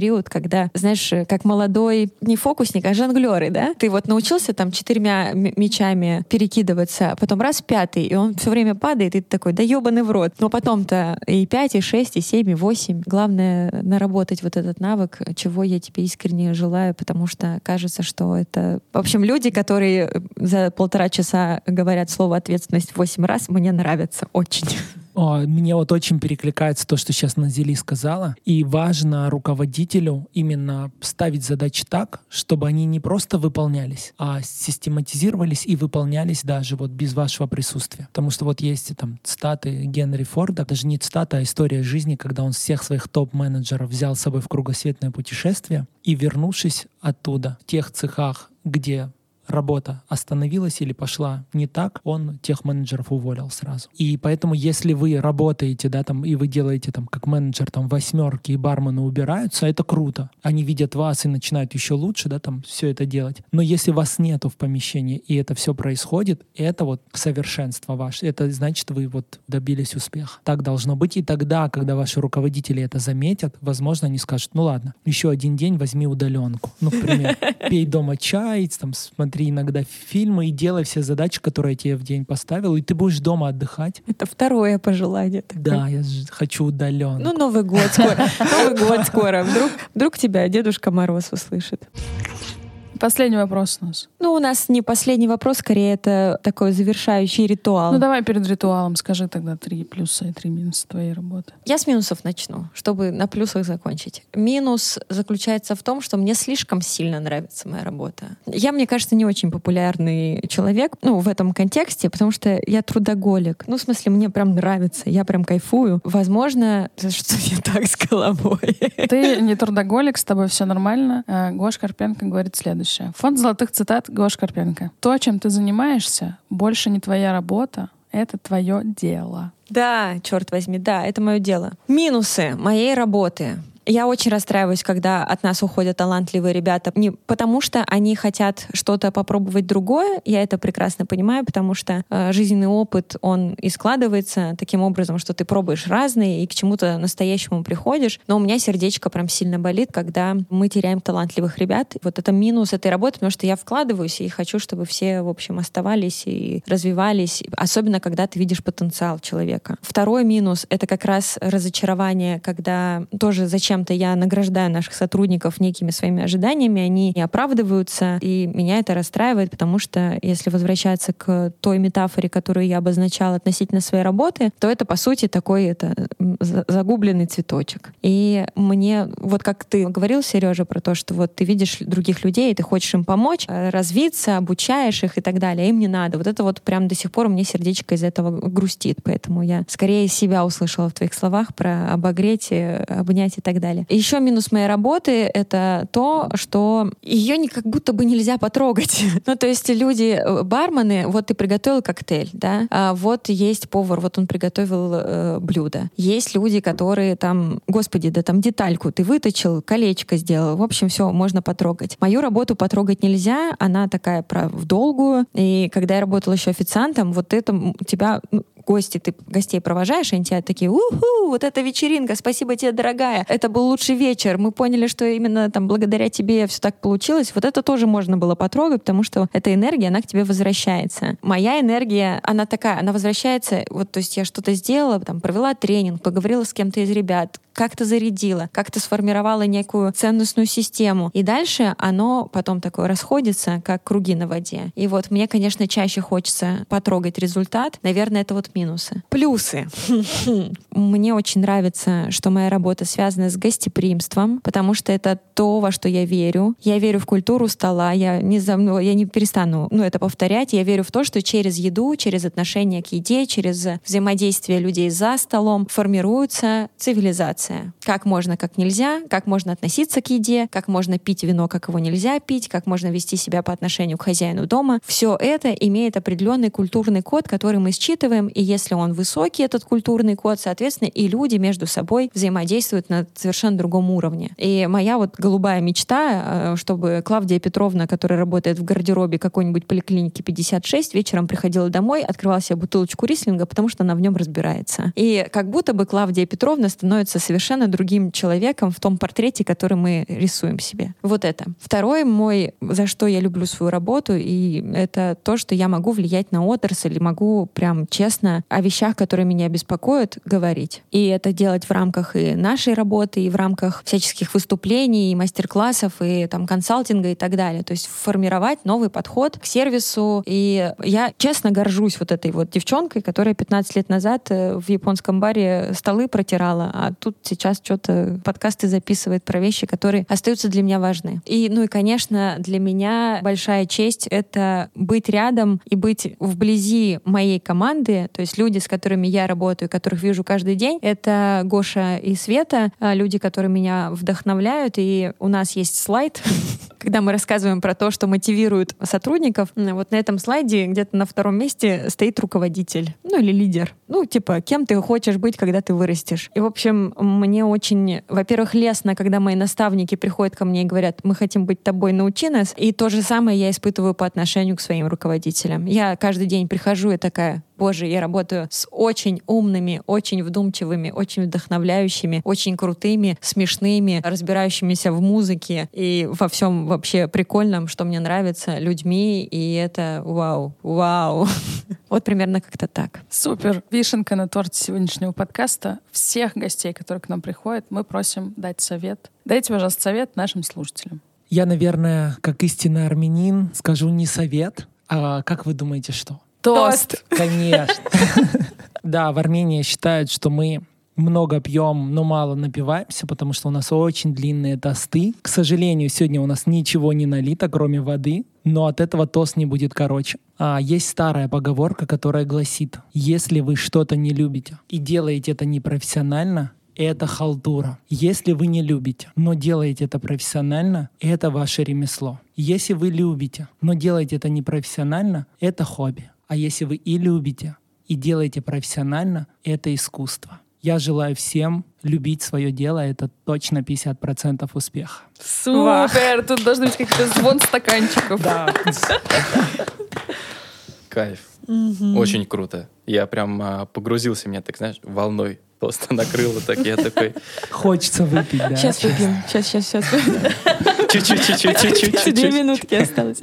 когда, знаешь, как молодой, не фокусник, а жонглеры, да? Ты вот научился там четырьмя мячами перекидываться, а потом раз пятый, и он все время падает, и ты такой, да ёбаный в рот. Но потом-то и пять, и шесть, и семь, и восемь. Главное наработать вот этот навык, чего я тебе искренне желаю, потому что кажется, что это... В общем, люди, которые за полтора часа говорят слово «ответственность» восемь раз, мне нравятся очень. О, мне вот очень перекликается то, что сейчас Назили сказала. И важно руководителю именно ставить задачи так, чтобы они не просто выполнялись, а систематизировались и выполнялись даже вот без вашего присутствия. Потому что вот есть там цитаты Генри Форда, даже не цитата, а история жизни, когда он всех своих топ-менеджеров взял с собой в кругосветное путешествие и, вернувшись оттуда, в тех цехах, где работа остановилась или пошла не так, он тех менеджеров уволил сразу. И поэтому, если вы работаете, да, там, и вы делаете там как менеджер там восьмерки, и бармены убираются, это круто. Они видят вас и начинают еще лучше, да, там все это делать. Но если вас нету в помещении, и это все происходит, это вот совершенство ваше. Это значит, вы вот добились успеха. Так должно быть. И тогда, когда ваши руководители это заметят, возможно, они скажут, ну ладно, еще один день возьми удаленку. Ну, к примеру, пей дома чай, там, смотри иногда фильмы и делай все задачи, которые я тебе в день поставил, и ты будешь дома отдыхать. Это второе пожелание. Такое. Да, я же хочу удаленку. Ну, Новый год скоро. Новый год скоро. Вдруг, вдруг тебя Дедушка Мороз услышит. Последний вопрос у нас. Ну, у нас не последний вопрос, скорее это такой завершающий ритуал. Ну, давай перед ритуалом скажи тогда три плюса и три минуса твоей работы. Я с минусов начну, чтобы на плюсах закончить. Минус заключается в том, что мне слишком сильно нравится моя работа. Я, мне кажется, не очень популярный человек, ну, в этом контексте, потому что я трудоголик. Ну, в смысле, мне прям нравится, я прям кайфую. Возможно, что не так с головой. Ты не трудоголик, с тобой все нормально. Гоша Карпенко говорит следующее. Фонд золотых цитат Гоша Карпенко. То, чем ты занимаешься, больше не твоя работа, это твое дело. Да, черт возьми, да, это мое дело. Минусы моей работы. Я очень расстраиваюсь, когда от нас уходят талантливые ребята. Не потому что они хотят что-то попробовать другое, я это прекрасно понимаю, потому что э, жизненный опыт, он и складывается таким образом, что ты пробуешь разные и к чему-то настоящему приходишь. Но у меня сердечко прям сильно болит, когда мы теряем талантливых ребят. Вот это минус этой работы, потому что я вкладываюсь и хочу, чтобы все, в общем, оставались и развивались, особенно когда ты видишь потенциал человека. Второй минус — это как раз разочарование, когда тоже зачем чем-то я награждаю наших сотрудников некими своими ожиданиями, они не оправдываются, и меня это расстраивает, потому что если возвращаться к той метафоре, которую я обозначала относительно своей работы, то это, по сути, такой это загубленный цветочек. И мне, вот как ты говорил, Сережа, про то, что вот ты видишь других людей, и ты хочешь им помочь, развиться, обучаешь их и так далее, а им не надо. Вот это вот прям до сих пор у меня сердечко из этого грустит, поэтому я скорее себя услышала в твоих словах про обогреть, обнять и так далее. Еще минус моей работы — это то, что ее не как будто бы нельзя потрогать. Ну, то есть люди, бармены, вот ты приготовил коктейль, да, а вот есть повар, вот он приготовил э, блюдо. Есть люди, которые там, господи, да там детальку ты выточил, колечко сделал, в общем, все, можно потрогать. Мою работу потрогать нельзя, она такая про в долгую. И когда я работала еще официантом, вот это у тебя... гости, ты гостей провожаешь, и они тебя такие: уху, вот эта вечеринка, спасибо тебе, дорогая, это был лучший вечер, мы поняли, что именно там благодаря тебе все так получилось. Вот это тоже можно было потрогать, потому что эта энергия, она к тебе возвращается. Моя энергия, она такая, она возвращается, вот, то есть я что-то сделала, там, провела тренинг, поговорила с кем-то из ребят, как-то зарядила, как-то сформировала некую ценностную систему. И дальше оно потом такое расходится, как круги на воде. И вот мне, конечно, чаще хочется потрогать результат. Наверное, это вот минусы. Плюсы. Мне очень нравится, что моя работа связана с гостеприимством, потому что это то, во что я верю. Я верю в культуру стола, я не, ну, я не перестану ну, это повторять. Я верю в то, что через еду, через отношение к еде, через взаимодействие людей за столом формируется цивилизация. Как можно, как нельзя, как можно относиться к еде, как можно пить вино, как его нельзя пить, как можно вести себя по отношению к хозяину дома. Все это имеет определенный культурный код, который мы считываем, и если он высокий, этот культурный код, соответственно, и люди между собой взаимодействуют на совершенно другом уровне. И моя вот голубая мечта, чтобы Клавдия Петровна, которая работает в гардеробе какой-нибудь поликлиники пятьдесят шесть, вечером приходила домой, открывала себе бутылочку рислинга, потому что она в нем разбирается. И как будто бы Клавдия Петровна становится совершенно совершенно другим человеком в том портрете, который мы рисуем себе. Вот это. Второй мой, за что я люблю свою работу, и это то, что я могу влиять на отрасль, могу прям честно о вещах, которые меня беспокоят, говорить. И это делать в рамках и нашей работы, и в рамках всяческих выступлений, и мастер-классов, и там консалтинга и так далее. То есть формировать новый подход к сервису. И я честно горжусь вот этой вот девчонкой, которая пятнадцать лет назад в японском баре столы протирала, а тут сейчас что-то подкасты записывает про вещи, которые остаются для меня важны. И, ну и, конечно, для меня большая честь — это быть рядом и быть вблизи моей команды, то есть люди, с которыми я работаю, которых вижу каждый день. Это Гоша и Света, люди, которые меня вдохновляют. И у нас есть слайд, когда мы рассказываем про то, что мотивирует сотрудников. Вот на этом слайде где-то на втором месте стоит руководитель, ну или лидер. Ну, типа, кем ты хочешь быть, когда ты вырастешь. И, в общем, мне очень, во-первых, лестно, когда мои наставники приходят ко мне и говорят: мы хотим быть тобой, научи нас. И то же самое я испытываю по отношению к своим руководителям. Я каждый день прихожу и такая: боже, я работаю с очень умными, очень вдумчивыми, очень вдохновляющими, очень крутыми, смешными, разбирающимися в музыке и во всем вообще прикольном, что мне нравится, людьми, и это вау, вау. Вот примерно как-то так. Супер. Вишенка на торте сегодняшнего подкаста. Всех гостей, которые к нам приходят, мы просим дать совет. Дайте, пожалуйста, совет нашим слушателям. Я, наверное, как истинный армянин, скажу не совет, а как вы думаете, что? Тост! Конечно. Да, в Армении считают, что мы много пьем, но мало напиваемся, потому что у нас очень длинные тосты. К сожалению, сегодня у нас ничего не налито, кроме воды, но от этого тост не будет короче. А есть старая поговорка, которая гласит: если вы что-то не любите и делаете это непрофессионально, это халтура. Если вы не любите, но делаете это профессионально, это ваше ремесло. Если вы любите, но делаете это непрофессионально, это хобби. А если вы и любите, и делаете профессионально, это искусство. Я желаю всем любить свое дело, это точно пятьдесят процентов успеха. Супер! Тут должен быть какой-то звон стаканчиков. Да. Кайф. Очень круто. Я прям а, погрузился, меня так, знаешь, волной просто накрыло, так я такой... Хочется выпить, да. Сейчас выпьем. Сейчас, сейчас, сейчас. Чуть-чуть, чуть-чуть, чуть-чуть. Две минутки осталось.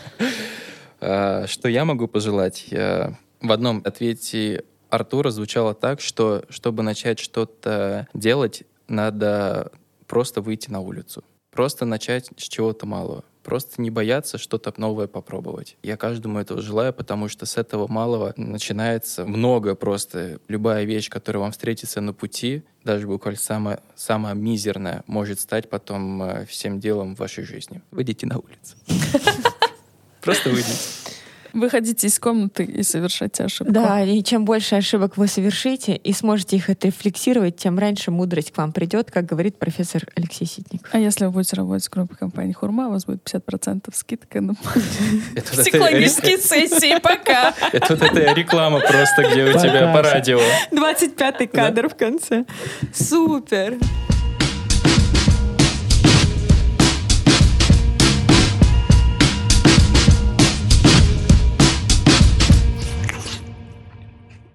Что я могу пожелать? В одном ответе Артура звучало так, что чтобы начать что-то делать, надо просто выйти на улицу. Просто начать с чего-то малого. Просто не бояться что-то новое попробовать. Я каждому этого желаю, потому что с этого малого начинается много просто. Любая вещь, которая вам встретится на пути, даже буквально самая, самая мизерная, может стать потом всем делом в вашей жизни. Выйдите на улицу. Просто выйдите. Выходите из комнаты и совершайте ошибку. Да, и чем больше ошибок вы совершите и сможете их отрефлексировать, тем раньше мудрость к вам придет, как говорит профессор Алексей Ситников. А если вы будете работать в крупной компании «Хурма», у вас будет пятьдесят процентов скидка на Это психологические сессии. Пока! Это вот эта реклама просто, где у тебя по радио. двадцать пятый кадр в конце. Супер!